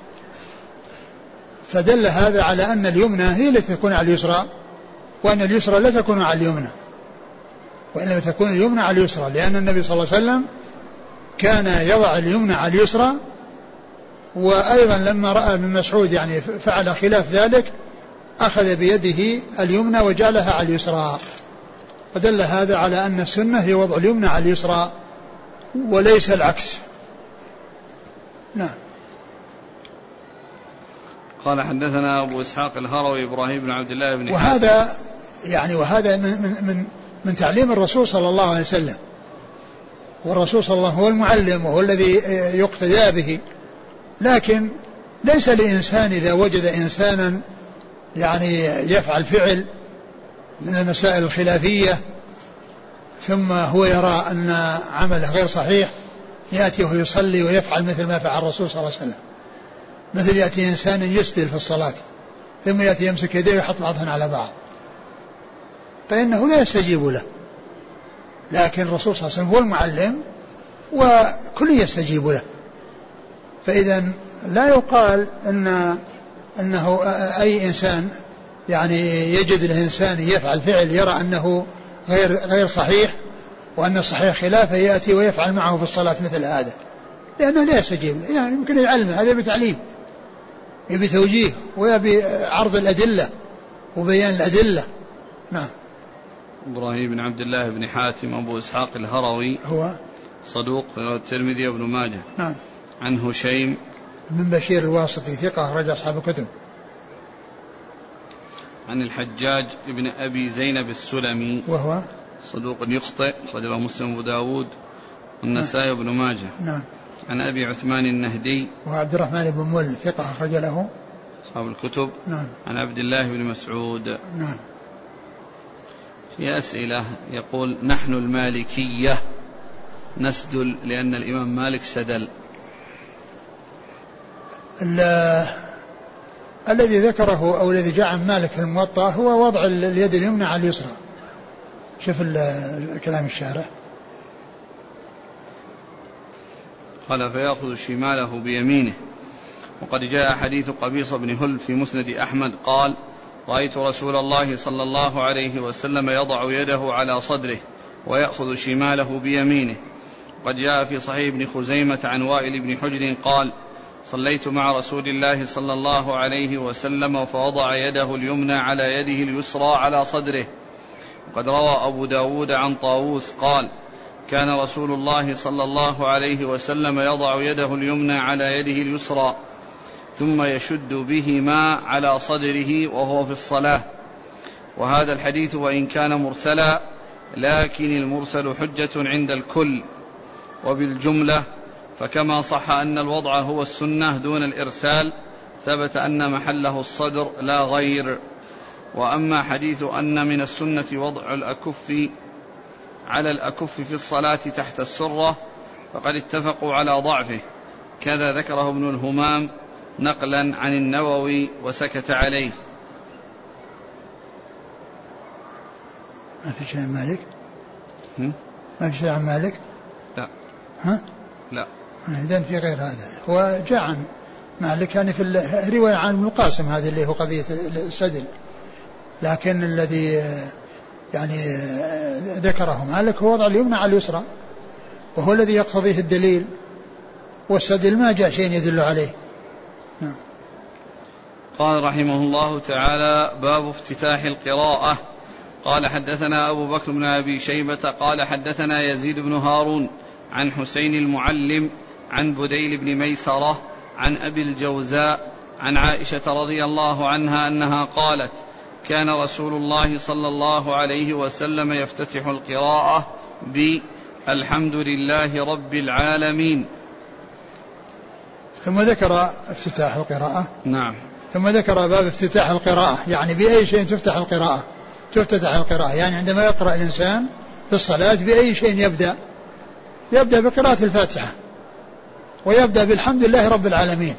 فدل هذا على أن اليمنى هي التي تكون على اليسرى وأن اليسرى لا تكون على اليمنى، وإنما تكون اليمنى على اليسرى، لأن النبي صلى الله عليه وسلم كان يضع اليمنى على اليسرى، وأيضا لما رأى ابن مسعود يعني فعل خلاف ذلك أخذ بيده اليمنى وجعلها على اليسرى، فدل هذا على أن السنة هي وضع اليمنى على اليسرى وليس العكس. نعم. قال: حدثنا أبو إسحاق الهروي إبراهيم بن عبد الله بن وهذا من تعليم الرسول صلى الله عليه وسلم، والرسول صلى الله عليه وسلم هو المعلم وهو الذي يقتدى به، لكن ليس لإنسان إذا وجد إنسانا يعني يفعل فعل من المسائل الخلافية ثم هو يرى أن عمله غير صحيح يأتي وهو يصلي ويفعل مثل ما فعل الرسول صلى الله عليه وسلم، مثل يأتي إنسان يسدل في الصلاة ثم يأتي يمسك يديه ويحط بعضهن على بعض، فإنه لا يستجيب له، لكن الرسول صلى الله عليه وسلم هو المعلم وكل يستجيب له، فإذا لا يقال أنه أي إنسان يعني يجد الإنسان يفعل فعل يرى أنه غير صحيح وأن الصحيح خلافه يأتي ويفعل معه في الصلاة مثل هذا، لأنه لا يستجيب له، يعني يمكن يعلم هذا بتعليم، يبي توجيه ويبي عرض الأدلة وبيان الأدلة. نعم. إبراهيم بن عبد الله بن حاتم أبو إسحاق الهروي هو صدوق الترمذي وابن ماجه. نعم. عن هشيم بن بشير الواسطي ثقة أخرج أصحاب الكتب. عن الحجاج بن أبي زينب السلمي وهو صدوق يخطئ أخرج له مسلم وأبو داود والنسائي وابن ماجه. نعم. عن أبي عثمان النهدي وعبد الرحمن بن مول ثقة أخرج له أصحاب الكتب. نعم. عن عبد الله بن مسعود. نعم. في أسئلة يقول: نحن المالكية نسدل لأن الإمام مالك سدل. الذي ذكره أو الذي جاء عن مالك في الموطأ هو وضع اليد اليمنى على اليسرى. شوف الكلام الشارح. قال: فيأخذ شماله بيمينه. وقد جاء حديث قبيصة بن هل في مسند أحمد قال: رأيت رسول الله صلى الله عليه وسلم يضع يده على صدره ويأخذ شماله بيمينه. وقد جاء في صحيح ابن خزيمة عن وائل بن حجر قال: صليت مع رسول الله صلى الله عليه وسلم فوضع يده اليمنى على يده اليسرى على صدره. وقد روى أبو داود عن طاووس قال: كان رسول الله صلى الله عليه وسلم يضع يده اليمنى على يده اليسرى ثم يشد بهما على صدره وهو في الصلاة. وهذا الحديث وإن كان مرسلا لكن المرسل حجة عند الكل. وبالجملة فكما صح أن الوضع هو السنة دون الإرسال ثبت أن محله الصدر لا غير. وأما حديث أن من السنة وضع الأكف على الأكف في الصلاة تحت السرة فقد اتفقوا على ضعفه، كذا ذكره ابن الهمام نقلا عن النووي وسكت عليه. ما في شيء عن مالك؟ ما في شيء عن مالك؟ لا. ها؟ لا. إذن في غير هذا. هو جاء عن مالك يعني في الرواية عن ابن القاسم هذه اللي هو قضية السدل، لكن الذي يعني ذكره مالك هو وضع اليمنى على اليسرى وهو الذي يقتضيه الدليل، والسدل ما جاء شيء يدل عليه. نعم. قال رحمه الله تعالى: باب افتتاح القراءة. قال: حدثنا أبو بكر بن أبي شيبة قال حدثنا يزيد بن هارون عن حسين المعلم عن بديل بن ميسرة عن أبي الجوزاء عن عائشة رضي الله عنها أنها قالت: كان رسول الله صلى الله عليه وسلم يفتتح القراءة بالحمد لله رب العالمين. ثم ذكر افتتاح القراءة. نعم. ثم ذكر باب افتتاح القراءة، يعني بأي شيء تفتح القراءة. تفتتح القراءة يعني عندما يقرأ الإنسان في الصلاة بأي شيء يبدأ بقراءة الفاتحة، ويبدأ بالحمد لله رب العالمين،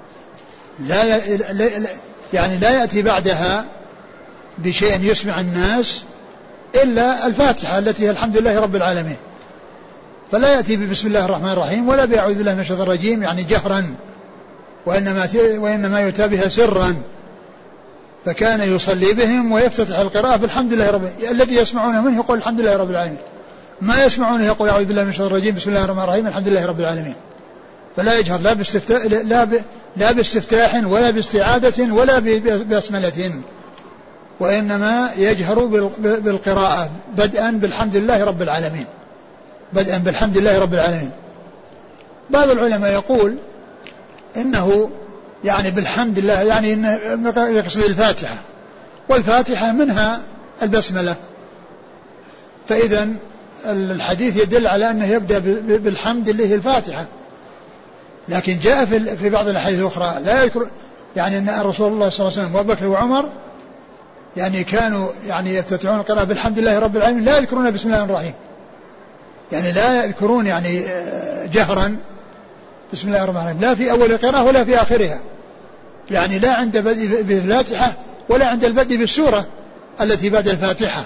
يعني لا يأتي بعدها بشيء يسمع الناس إلا الفاتحة التي هي الحمد لله رب العالمين، فلا يأتي ببسم الله الرحمن الرحيم ولا بأعوذ بالله من الشيطان الرجيم يعني جهرا، وإنما يؤتى بها سرا. فكان يصلي بهم ويفتتح القراءة بالحمد لله رب العالمين. الذي يسمعونه منه يقول الحمد لله رب العالمين، ما يسمعونه يقول أعوذ بالله من الشيطان الرجيم بسم الله الرحمن الرحيم الحمد لله رب العالمين. فلا يجهر لا باستفتاح ولا باستعادة ولا ببسملة، وإنما يجهر بالقراءة بدءا بالحمد لله رب العالمين، بدءا بالحمد لله رب العالمين. بعض العلماء يقول إنه يعني بالحمد لله يعني يقصد الفاتحة، والفاتحة منها البسملة، فإذا الحديث يدل على أنه يبدأ بالحمد اللي هي الفاتحة. لكن جاء في بعض الأحاديث الأخرى لا يذكر، يعني أن رسول الله صلى الله عليه وسلم وأبو بكر وعمر يعني كانوا يعني يفتتحون القراءة بالحمد لله رب العالمين، لا يذكرون بسم الله الرحمن الرحيم، يعني لا يذكرون يعني جهرا بسم الله الرحمن الرحيم لا في أول القراءة ولا في آخرها، يعني لا عند بدء بالفاتحة ولا عند البدء بالسورة التي بعد الفاتحة.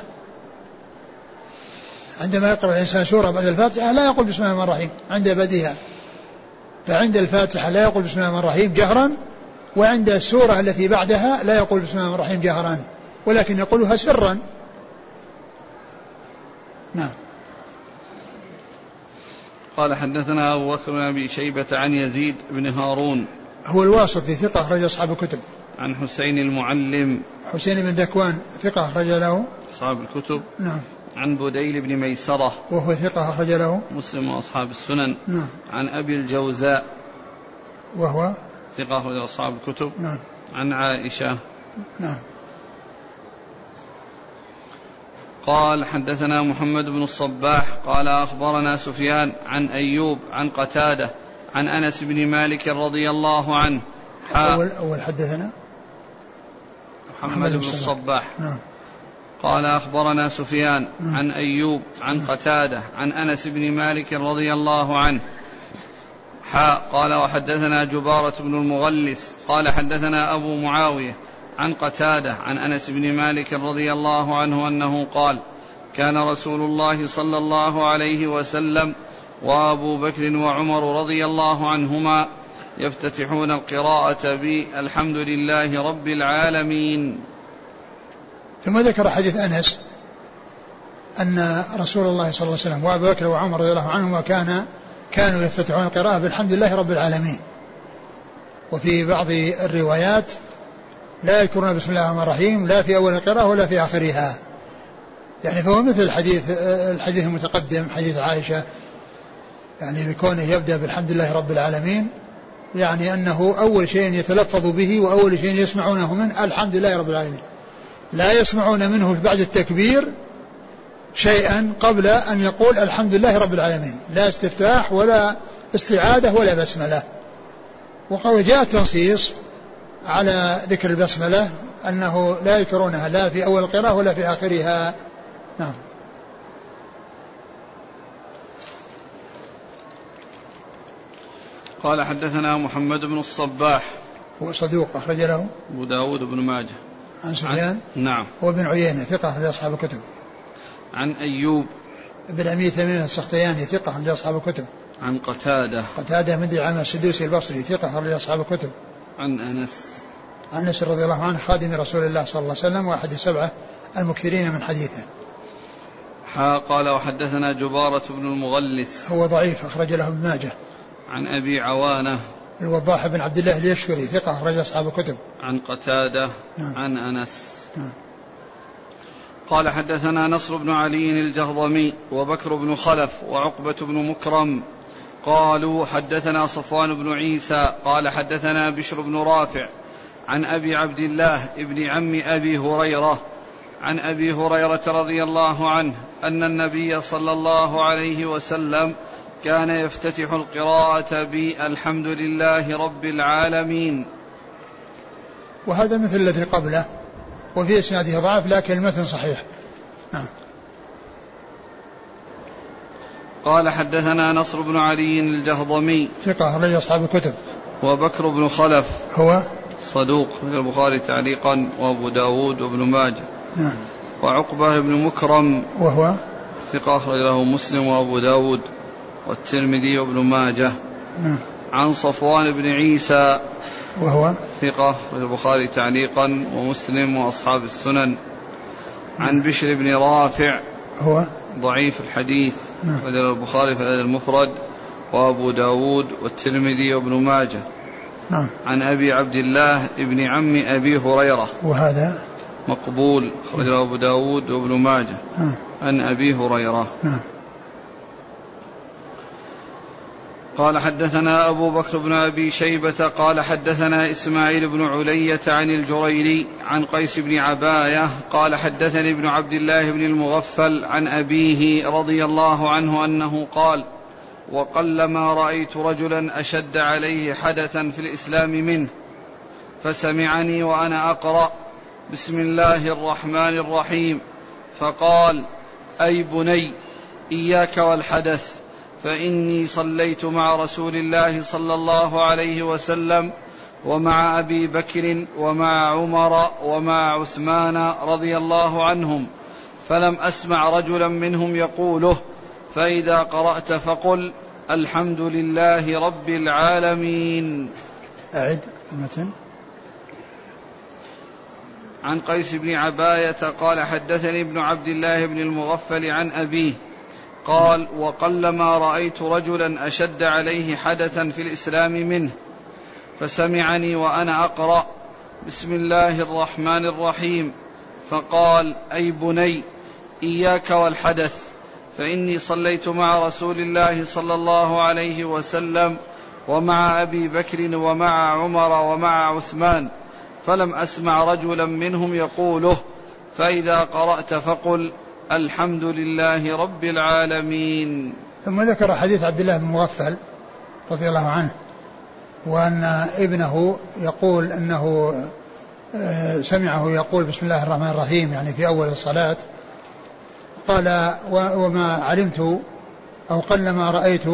عندما يقرأ الإنسان سورة بعد الفاتحة لا يقول بسم الله الرحمن الرحيم عند بدئها، فعند الفاتحة لا يقول بسم الله الرحمن الرحيم جهرا، وعند السورة التي بعدها لا يقول بسم الله الرحمن الرحيم جهرا، ولكن يقولها سرا. نعم. قال حدثنا أبو بكر بن أبي شيبة عن يزيد بن هارون هو الواسطي ثقة أخرج أصحاب الكتب. عن حسين المعلم حسين بن ذكوان ثقة أخرج له أصحاب الكتب. نعم. عن بديل بن ميسرة وهو ثقة أخرج له مسلم وأصحاب السنن. نعم. عن أبي الجوزاء وهو ثقة أخرج أصحاب الكتب. نعم. عن عائشة. نعم. قال حدثنا محمد بن الصباح قال أخبرنا سفيان عن أيوب عن قتادة عن أنس بن مالك رضي الله عنه. أول حدثنا محمد بن الصباح. نعم. قال أخبرنا سفيان عن أيوب عن قتادة عن أنس بن مالك رضي الله عنه. قال وحدثنا جبارة بن المغلس قال حدثنا أبو معاوية عن قتادة عن أنس بن مالك رضي الله عنه أنه قال كان رسول الله صلى الله عليه وسلم وأبو بكر وعمر رضي الله عنهما يفتتحون القراءة بالحمد لله رب العالمين. ثم ذكر حديث أنس أن رسول الله صلى الله عليه وسلم وأبو بكر وعمر رضي الله عنهما كانوا يفتتحون القراءة بالحمد لله رب العالمين. وفي بعض الروايات لا يذكرون بسم الله الرحمن الرحيم لا في أول القراءة ولا في آخرها، يعني فهو مثل الحديث المتقدم حديث عائشة، يعني بكونه يبدأ بالحمد لله رب العالمين، يعني أنه أول شيء يتلفظ به وأول شيء يسمعونه منه الحمد لله رب العالمين، لا يسمعون منه بعد التكبير شيئا قبل أن يقول الحمد لله رب العالمين، لا استفتاح ولا استعادة ولا بسملة. وقال جاء التنصيص على ذكر البسملة أنه لا يذكرونها لا في أول القراءة ولا في آخرها. نعم. قال حدثنا محمد بن الصباح هو صدوق أخرج له أبو داود بن ماجه. عن سفيان نعم. هو بن عيينة ثقة أخرج أصحاب الكتب. عن أيوب بن أبي تميم السختياني ثقة أخرج أصحاب الكتب. عن قتادة بن دعامة السدوسي البصري ثقة أخرج أصحاب الكتب. عن أنس رضي الله عنه خادم رسول الله صلى الله عليه وسلم وأحد السبعة المكثرين من حديثه. قال وحدثنا جبارة بن المغلس هو ضعيف أخرج له ابن ماجه. عن أبي عوانة الوضاح بن عبد الله اليشكري ثقة أخرج أصحاب الكتب. عن قتادة. نعم. عن أنس. نعم. قال حدثنا نصر بن علي الجهضمي وبكر بن خلف وعقبة بن مكرم قالوا حدثنا صفوان بن عيسى قال حدثنا بشر بن رافع عن أبي عبد الله ابن عم أبي هريرة عن أبي هريرة رضي الله عنه أن النبي صلى الله عليه وسلم كان يفتتح القراءة بالحمد لله رب العالمين. وهذا مثل الذي قبله وفي إسناده ضعف لكن المتن صحيح. قال حدثنا نصر بن علي الجهضمي ثقة أخرج أصحاب الكتب. وبكر بن خلف هو صدوق من البخاري تعليقا وأبو داود وابن ماجه. وعقبة بن مكرم وهو ثقة أخرج له مسلم وأبو داود والترمذي وابن ماجه. عن صفوان بن عيسى وهو ثقة البخاري تعليقا ومسلم وأصحاب السنن. عن بشر بن رافع هو ضعيف الحديث رجل البخاري في الأدب المفرد وأبو داود والترمذي وابن ماجه. عن أبي عبد الله ابن عم أبي هريرة وهذا مقبول رجل أبو داود وابن ماجه. عن أبي هريرة. قال حدثنا أبو بكر بن أبي شيبة قال حدثنا إسماعيل بن علية عن الجريري عن قيس بن عباية قال حدثني ابن عبد الله بن المغفل عن أبيه رضي الله عنه أنه قال وقلما رأيت رجلا أشد عليه حدثا في الإسلام منه فسمعني وأنا أقرأ بسم الله الرحمن الرحيم فقال أي بني إياك والحدث فإني صليت مع رسول الله صلى الله عليه وسلم ومع أبي بكر ومع عمر ومع عثمان رضي الله عنهم فلم أسمع رجلا منهم يقوله فإذا قرأت فقل الحمد لله رب العالمين. أعد المتن. عن قيس بن عباية قال حدثني ابن عبد الله بن المغفل عن أبيه قال وقلما رأيت رجلا أشد عليه حدثا في الإسلام منه فسمعني وأنا أقرأ بسم الله الرحمن الرحيم فقال أي بني إياك والحدث فإني صليت مع رسول الله صلى الله عليه وسلم ومع أبي بكر ومع عمر ومع عثمان فلم أسمع رجلا منهم يقوله فإذا قرأت فقل الحمد لله رب العالمين. ثم ذكر حديث عبد الله بن مغفل رضي الله عنه وأن ابنه يقول أنه سمعه يقول بسم الله الرحمن الرحيم يعني في أول الصلاة. قال وما علمت أو قلما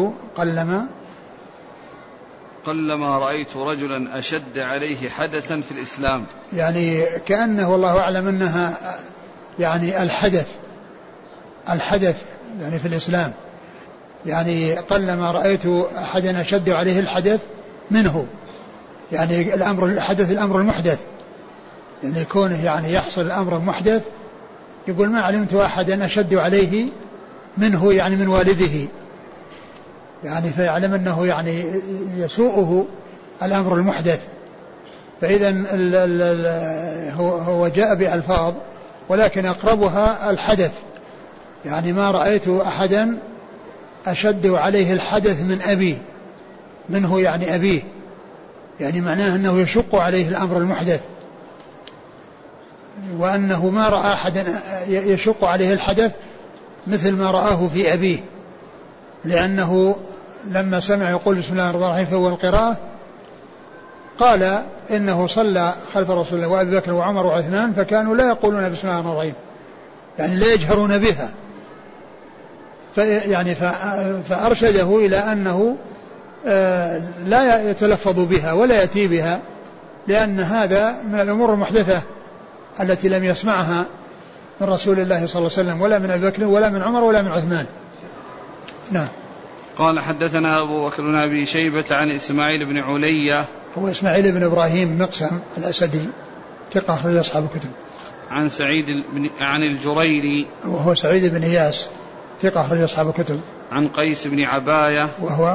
رأيت رجلا أشد عليه حدثا في الإسلام يعني كأنه والله أعلم أنها يعني الحدث يعني في الإسلام يعني قلما رأيت أحدا أشد عليه الحدث منه يعني الأمر المحدث يعني كونه يعني يحصل الأمر المحدث يقول ما علمت أحدا أشد عليه منه يعني من والده يعني فيعلم أنه يعني يسوءه الأمر المحدث. فإذا هو جاء بألفاظ ولكن أقربها الحدث يعني ما رأيت أحدا أشد عليه الحدث من أبي منه يعني أبيه يعني معناه أنه يشق عليه الأمر المحدث وأنه ما رأى أحدا يشق عليه الحدث مثل ما رآه في أبيه لأنه لما سمع يقول بسم الله الرحمن الرحيم في أول القراءة قال إنه صلى خلف رسول الله وأبي بكر وعمر وعثمان فكانوا لا يقولون بسم الله الرحمن الرحيم يعني لا يجهرون بها يعني فأرشده إلى أنه لا يتلفظ بها ولا يأتي بها لأن هذا من الأمور المحدثة التي لم يسمعها من رسول الله صلى الله عليه وسلم ولا من أبي بكر ولا من عمر ولا من عثمان. نعم. قال حدثنا أبو بكر بن أبي شيبة عن إسماعيل بن علية هو إسماعيل بن إبراهيم مقسم الأسدي ثقة أخرج أصحاب الكتب. عن الجريري وهو سعيد بن إياس ثقة أخرج أصحاب الكتب. عن قيس بن عباية وهو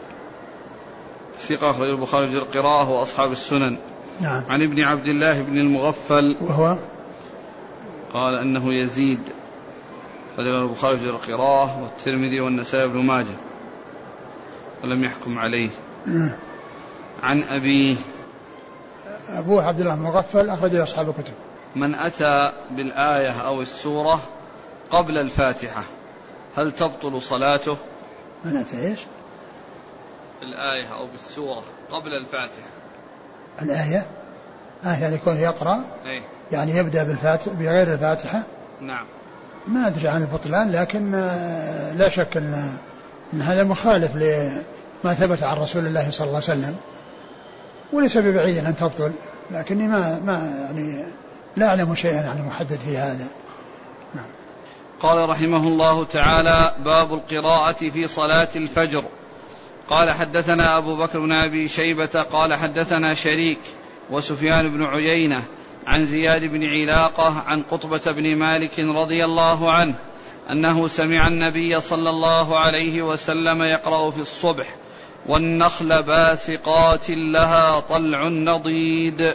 ثقة أخرج البخاري في القراءة وأصحاب السنن. نعم. عن ابن عبد الله بن المغفل وهو قال أنه يزيد أخرج البخاري في القراءة والترمذي والنسائي بن ماجه. ولم يحكم عليه. عن أبيه. أبوه عبد الله المغفل أخرج له أصحاب الكتب. من أتى بالآية أو السورة قبل الفاتحة هل تبطل صلاته؟ من أتى إيش؟ بالآية أو بالسورة قبل الفاتحة. الآية يعني يكون يقرأ أي. يعني يبدأ بغير الفاتحة. نعم. ما أدري عن البطلان، لكن لا شك أن هذا مخالف لما ثبت عن رسول الله صلى الله عليه وسلم، وليس ببعيد أن تبطل، لكني ما يعني لا أعلم شيئا يعني محدد في هذا. نعم. قال رحمه الله تعالى: باب القراءة في صلاة الفجر. قال حدثنا أبو بكر بن أبي شيبة قال حدثنا شريك وسفيان بن عيينة عن زياد بن علاقة عن قطبة بن مالك رضي الله عنه أنه سمع النبي صلى الله عليه وسلم يقرأ في الصبح: والنخل باسقات لها طلع نضيد.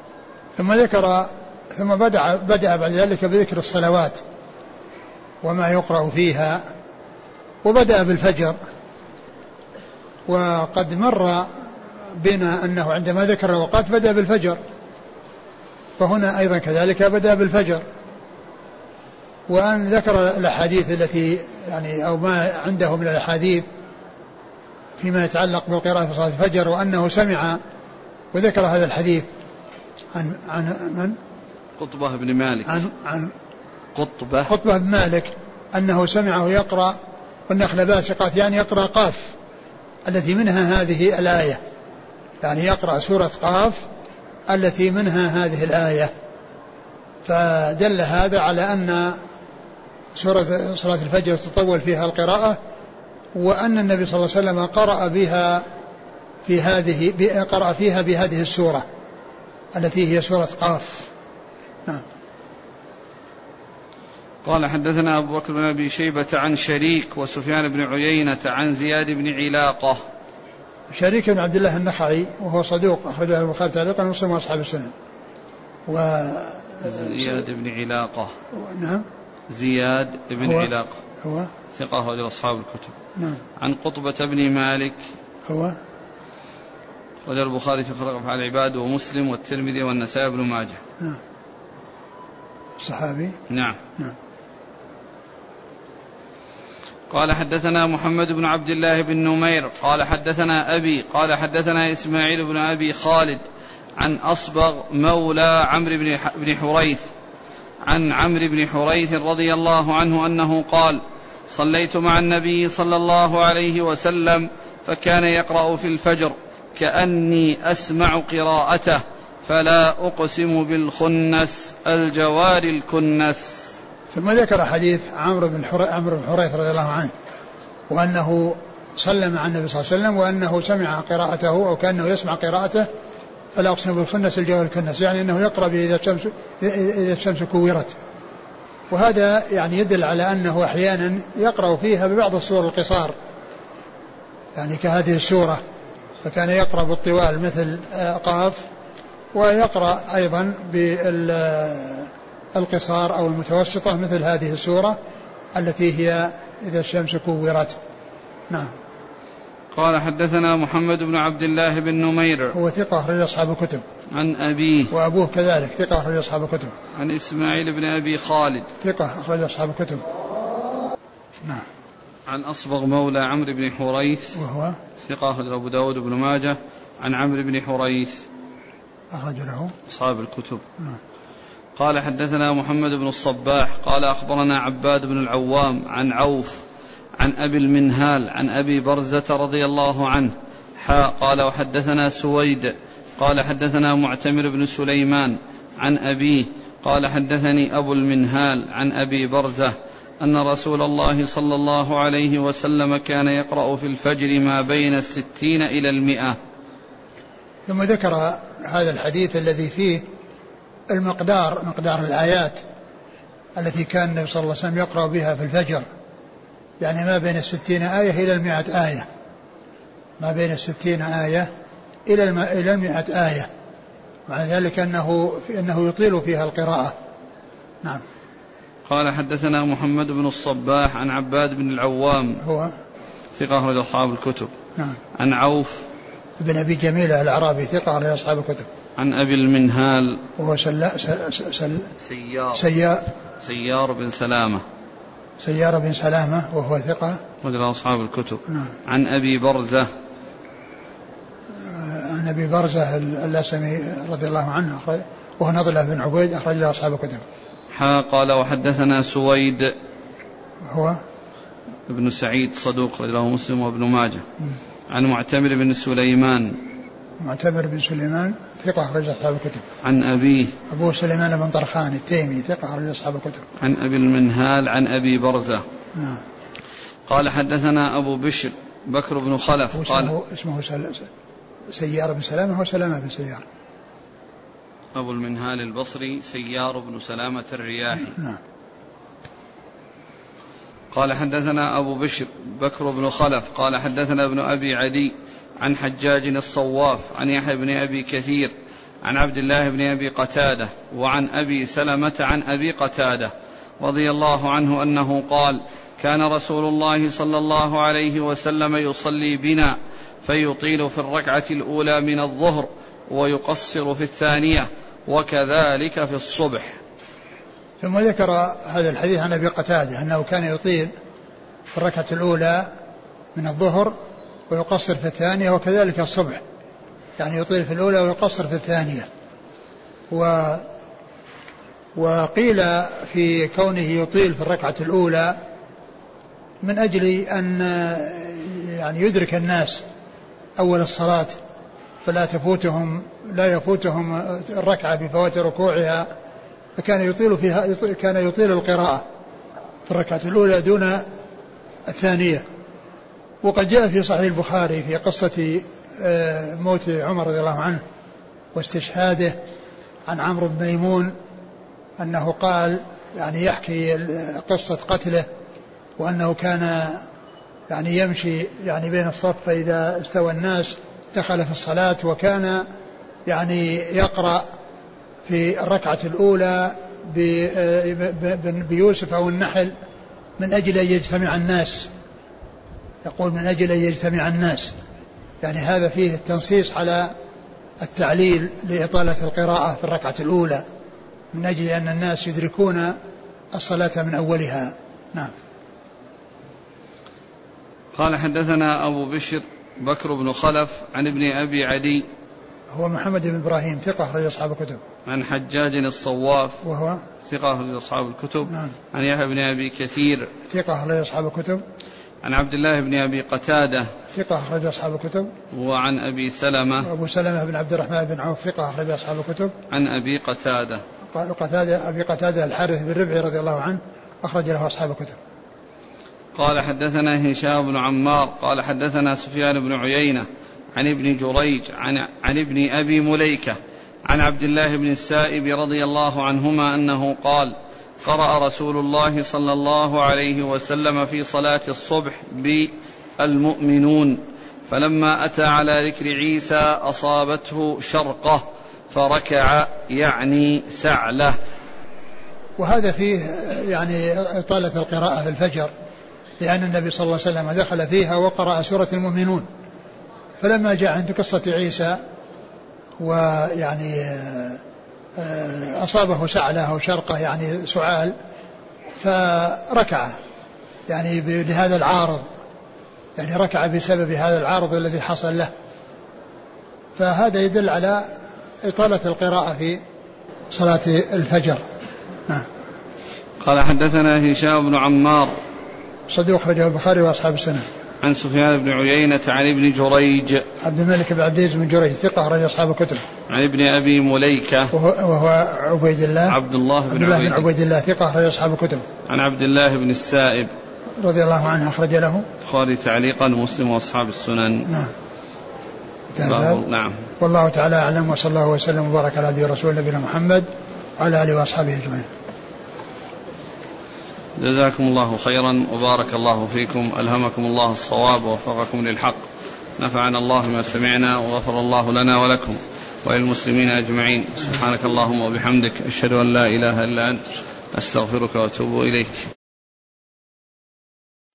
ثم بدأ بعد ذلك بذكر الصلوات وما يقرأ فيها، وبدأ بالفجر. وقد مر بنا أنه عندما ذكر الأوقات بدأ بالفجر، فهنا أيضا كذلك بدأ بالفجر. وأن ذكر الأحاديث التي يعني أو ما عنده من الأحاديث فيما يتعلق بالقراءة في صلاة الفجر، وأنه سمع وذكر هذا الحديث عن من؟ قطبة بن مالك. عن قطبة بن مالك أنه سمعه يقرأ والنخل باسقات، يعني يقرأ قاف التي منها هذه الآية، يعني يقرأ سورة قاف التي منها هذه الآية. فدل هذا على أن صلاة الفجر تطول فيها القراءة، وأن النبي صلى الله عليه وسلم قرأ فيها بهذه السورة التي هي سورة قاف. نعم. قال حدثنا أبو بكر بن أبي شيبة عن شريك وسفيان بن عيينة عن زياد بن علاقة. شريك بن عبد الله النخعي وهو صدوق أخرج له البخاري تعليقا ومسلم وأصحاب السنن. زياد بن علاقة. نعم. زياد بن علاقة هو ثقة أخرج أصحاب الكتب. نعم. عن قطبة بن مالك هو أخرج البخاري في خلق أفعال العباد ومسلم والترمذي والنسائي بن ماجه. نعم. الصحابي. نعم. قال حدثنا محمد بن عبد الله بن نمير قال حدثنا أبي قال حدثنا إسماعيل بن أبي خالد عن أصبغ مولى عمرو بن حريث عن عمرو بن حريث رضي الله عنه أنه قال: صليت مع النبي صلى الله عليه وسلم فكان يقرأ في الفجر كأني أسمع قراءته فلا أقسم بالخنس الجوار الكنس. ثم ذكر حديث عمرو بن حريث رضي الله عنه وأنه صلى مع النبي صلى الله عليه وسلم وأنه سمع قراءته أو كأنه يسمع قراءته فلا أقسم بالخنس الجوار الكنس، يعني أنه يقرأ إذا الشمس كورت. وهذا يعني يدل على أنه أحيانا يقرأ فيها ببعض السور القصار، يعني كهذه السورة، فكان يقرأ بالطوال مثل قاف، ويقرأ أيضا بالقصار أو المتوسطة مثل هذه السورة التي هي إذا الشمس كورت. نعم. قال حدثنا محمد بن عبد الله بن نمير هو ثقة أخرج أصحاب الكتب. عن أبيه وأبوه كذلك ثقة أخرج أصحاب الكتب. عن إسماعيل بن أبي خالد ثقة أخرج أصحاب الكتب. نعم. عن أصبغ مولى عمرو بن حريث وهو ثقة أخرج أبو داود بن ماجه عن عمرو بن حريث أخرج له أصحاب الكتب. نعم. قال حدثنا محمد بن الصباح قال أخبرنا عباد بن العوام عن عوف عن أبي المنهال عن أبي برزة رضي الله عنه قال وحدثنا سويد قال حدثنا معتمر بن سليمان عن أبيه قال حدثني أبو المنهال عن أبي برزة أن رسول الله صلى الله عليه وسلم كان يقرأ في الفجر ما بين 60 إلى 100. ثم ذكر هذا الحديث الذي فيه مقدار الآيات التي كان النبي صلى الله عليه وسلم يقرأ بها في الفجر، يعني ما بين 60 آية إلى 100 آية، ما بين 60 آية إلى 100 آية، مع ذلك أنه يطيل فيها القراءة. نعم. قال حدثنا محمد بن الصباح عن عباد بن العوام هو ثقة أخرج أصحاب الكتب. نعم. عن عوف بن أبي جميلة الأعرابي ثقة أخرج أصحاب الكتب. عن أبي المنهال وهو سيار بن سلامة. سيار بن سلامة وهو ثقة أخرج أصحاب الكتب. نعم. عن أبي برزة عن أبي برزة الأسلمي رضي الله عنه وهو نضلة بن عبيد أخرج له أصحاب الكتب. قال وحدثنا سويد هو ابن سعيد صدوق أخرج له مسلم وابن ماجه. عن معتمر بن سليمان. معتمر بن سليمان ثقة أخرج أصحاب الكتب. عن أبيه أبو سليمان بن طرخان التيمي ثقة أخرج أصحاب الكتب. عن أبي المنهال عن أبي برزة. نعم. قال حدثنا أبو بشر بكر بن خلف قال اسمه سيار بن سلامة. هو سلامة بن سيار. أبو المنهال البصري سيار بن سلامة الرياحي. نعم. قال حدثنا أبو بشر بكر بن خلف قال حدثنا ابن أبي عدي عن حجاج الصواف عن يحيى بن أبي كثير عن عبد الله بن أبي قتادة وعن أبي سلمة عن أبي قتادة رضي الله عنه أنه قال كان رسول الله صلى الله عليه وسلم يصلي بنا فيطيل في الركعة الأولى من الظهر ويقصر في الثانية وكذلك في الصبح. ثم ذكر هذا الحديث عن أبي قتادة أنه كان يطيل في الركعة الأولى من الظهر ويقصر في الثانية وكذلك الصبح، يعني يطيل في الأولى ويقصر في الثانية. وقيل في كونه يطيل في الركعة الأولى من أجل أن يعني يدرك الناس أول الصلاة فلا يفوتهم الركعة بفوات ركوعها، فكان يطيل فيها كان يطيل القراءة في الركعة الأولى دون الثانية. وقد جاء في صحيح البخاري في قصة موت عمر رضي الله عنه واستشهاده عن عمرو بن ميمون أنه قال يعني يحكي قصة قتله وأنه كان يعني يمشي يعني بين الصف فإذا استوى الناس دخل في الصلاة، وكان يعني يقرأ في الركعة الأولى بيوسف أو النحل من أجل أن يجتمع الناس، يقول من أجل أن يجتمع الناس، يعني هذا فيه التنصيص على التعليل لإطالة القراءة في الركعة الأولى من أجل أن الناس يدركون الصلاة من أولها. نعم. قال حدثنا أبو بشر بكر بن خلف عن ابن أبي عدي هو محمد بن إبراهيم ثقة أخرج أصحاب الكتب. عن حجاج الصواف وهو ثقة أخرج أصحاب الكتب. نعم. عن يحيى بن أبي كثير ثقة أخرج أصحاب الكتب. عن عبد الله بن أبي قتادة ثقة أخرج أصحاب الكتب. وعن أبي سلمة وأبو سلمة بن عبد الرحمن بن عوف ثقة أخرج أصحاب الكتب. عن أبي قتادة أبي قتادة الحارث بن ربعي رضي الله عنه أخرج له أصحاب الكتب. قال حدثنا هشام بن عمار قال حدثنا سفيان بن عيينة عن ابن جريج عن ابن أبي مليكة عن عبد الله بن السائب رضي الله عنهما أنه قال قرأ رسول الله صلى الله عليه وسلم في صلاة الصبح بالمؤمنون فلما أتى على ذكر عيسى أصابته شرقة فركع يعني سعله. وهذا فيه يعني إطالة القراءة في الفجر، لأن النبي صلى الله عليه وسلم دخل فيها وقرأ سورة المؤمنون، فلما جاء عند قصة عيسى ويعني أصابه سعلة أو شرقة يعني سعال فركع يعني لهذا العارض، يعني ركع بسبب هذا العارض الذي حصل له، فهذا يدل على إطالة القراءة في صلاة الفجر. قال حدثنا هشام بن عمار صدوق أخرجه البخاري وأصحاب السنة. عن سفيان بن عيينة عن ابن جريج عبد الملك بن عبد العزيز بن جريج ثقة أخرج أصحاب الكتب. عن ابن أبي مليكة وهو عبيد الله عبد الله بن عبيد الله ثقة أخرج أصحاب الكتب. عن عبد الله بن السائب رضي الله عنه أخرج له البخاري تعليقا مسلم وأصحاب السنن. نعم. نعم. والله تعالى أعلم، وصلى الله وسلم وبارك على عبده ورسوله نبينا محمد وعلى آله وأصحابه أجمعين. جزاكم الله خيرا وبارك الله فيكم، ألهمكم الله الصواب ووفقكم للحق، نفعنا الله ما سمعنا وغفر الله لنا ولكم وللمسلمين أجمعين. سبحانك اللهم وبحمدك أشهد أن لا إله إلا أنت أستغفرك وأتوب إليك.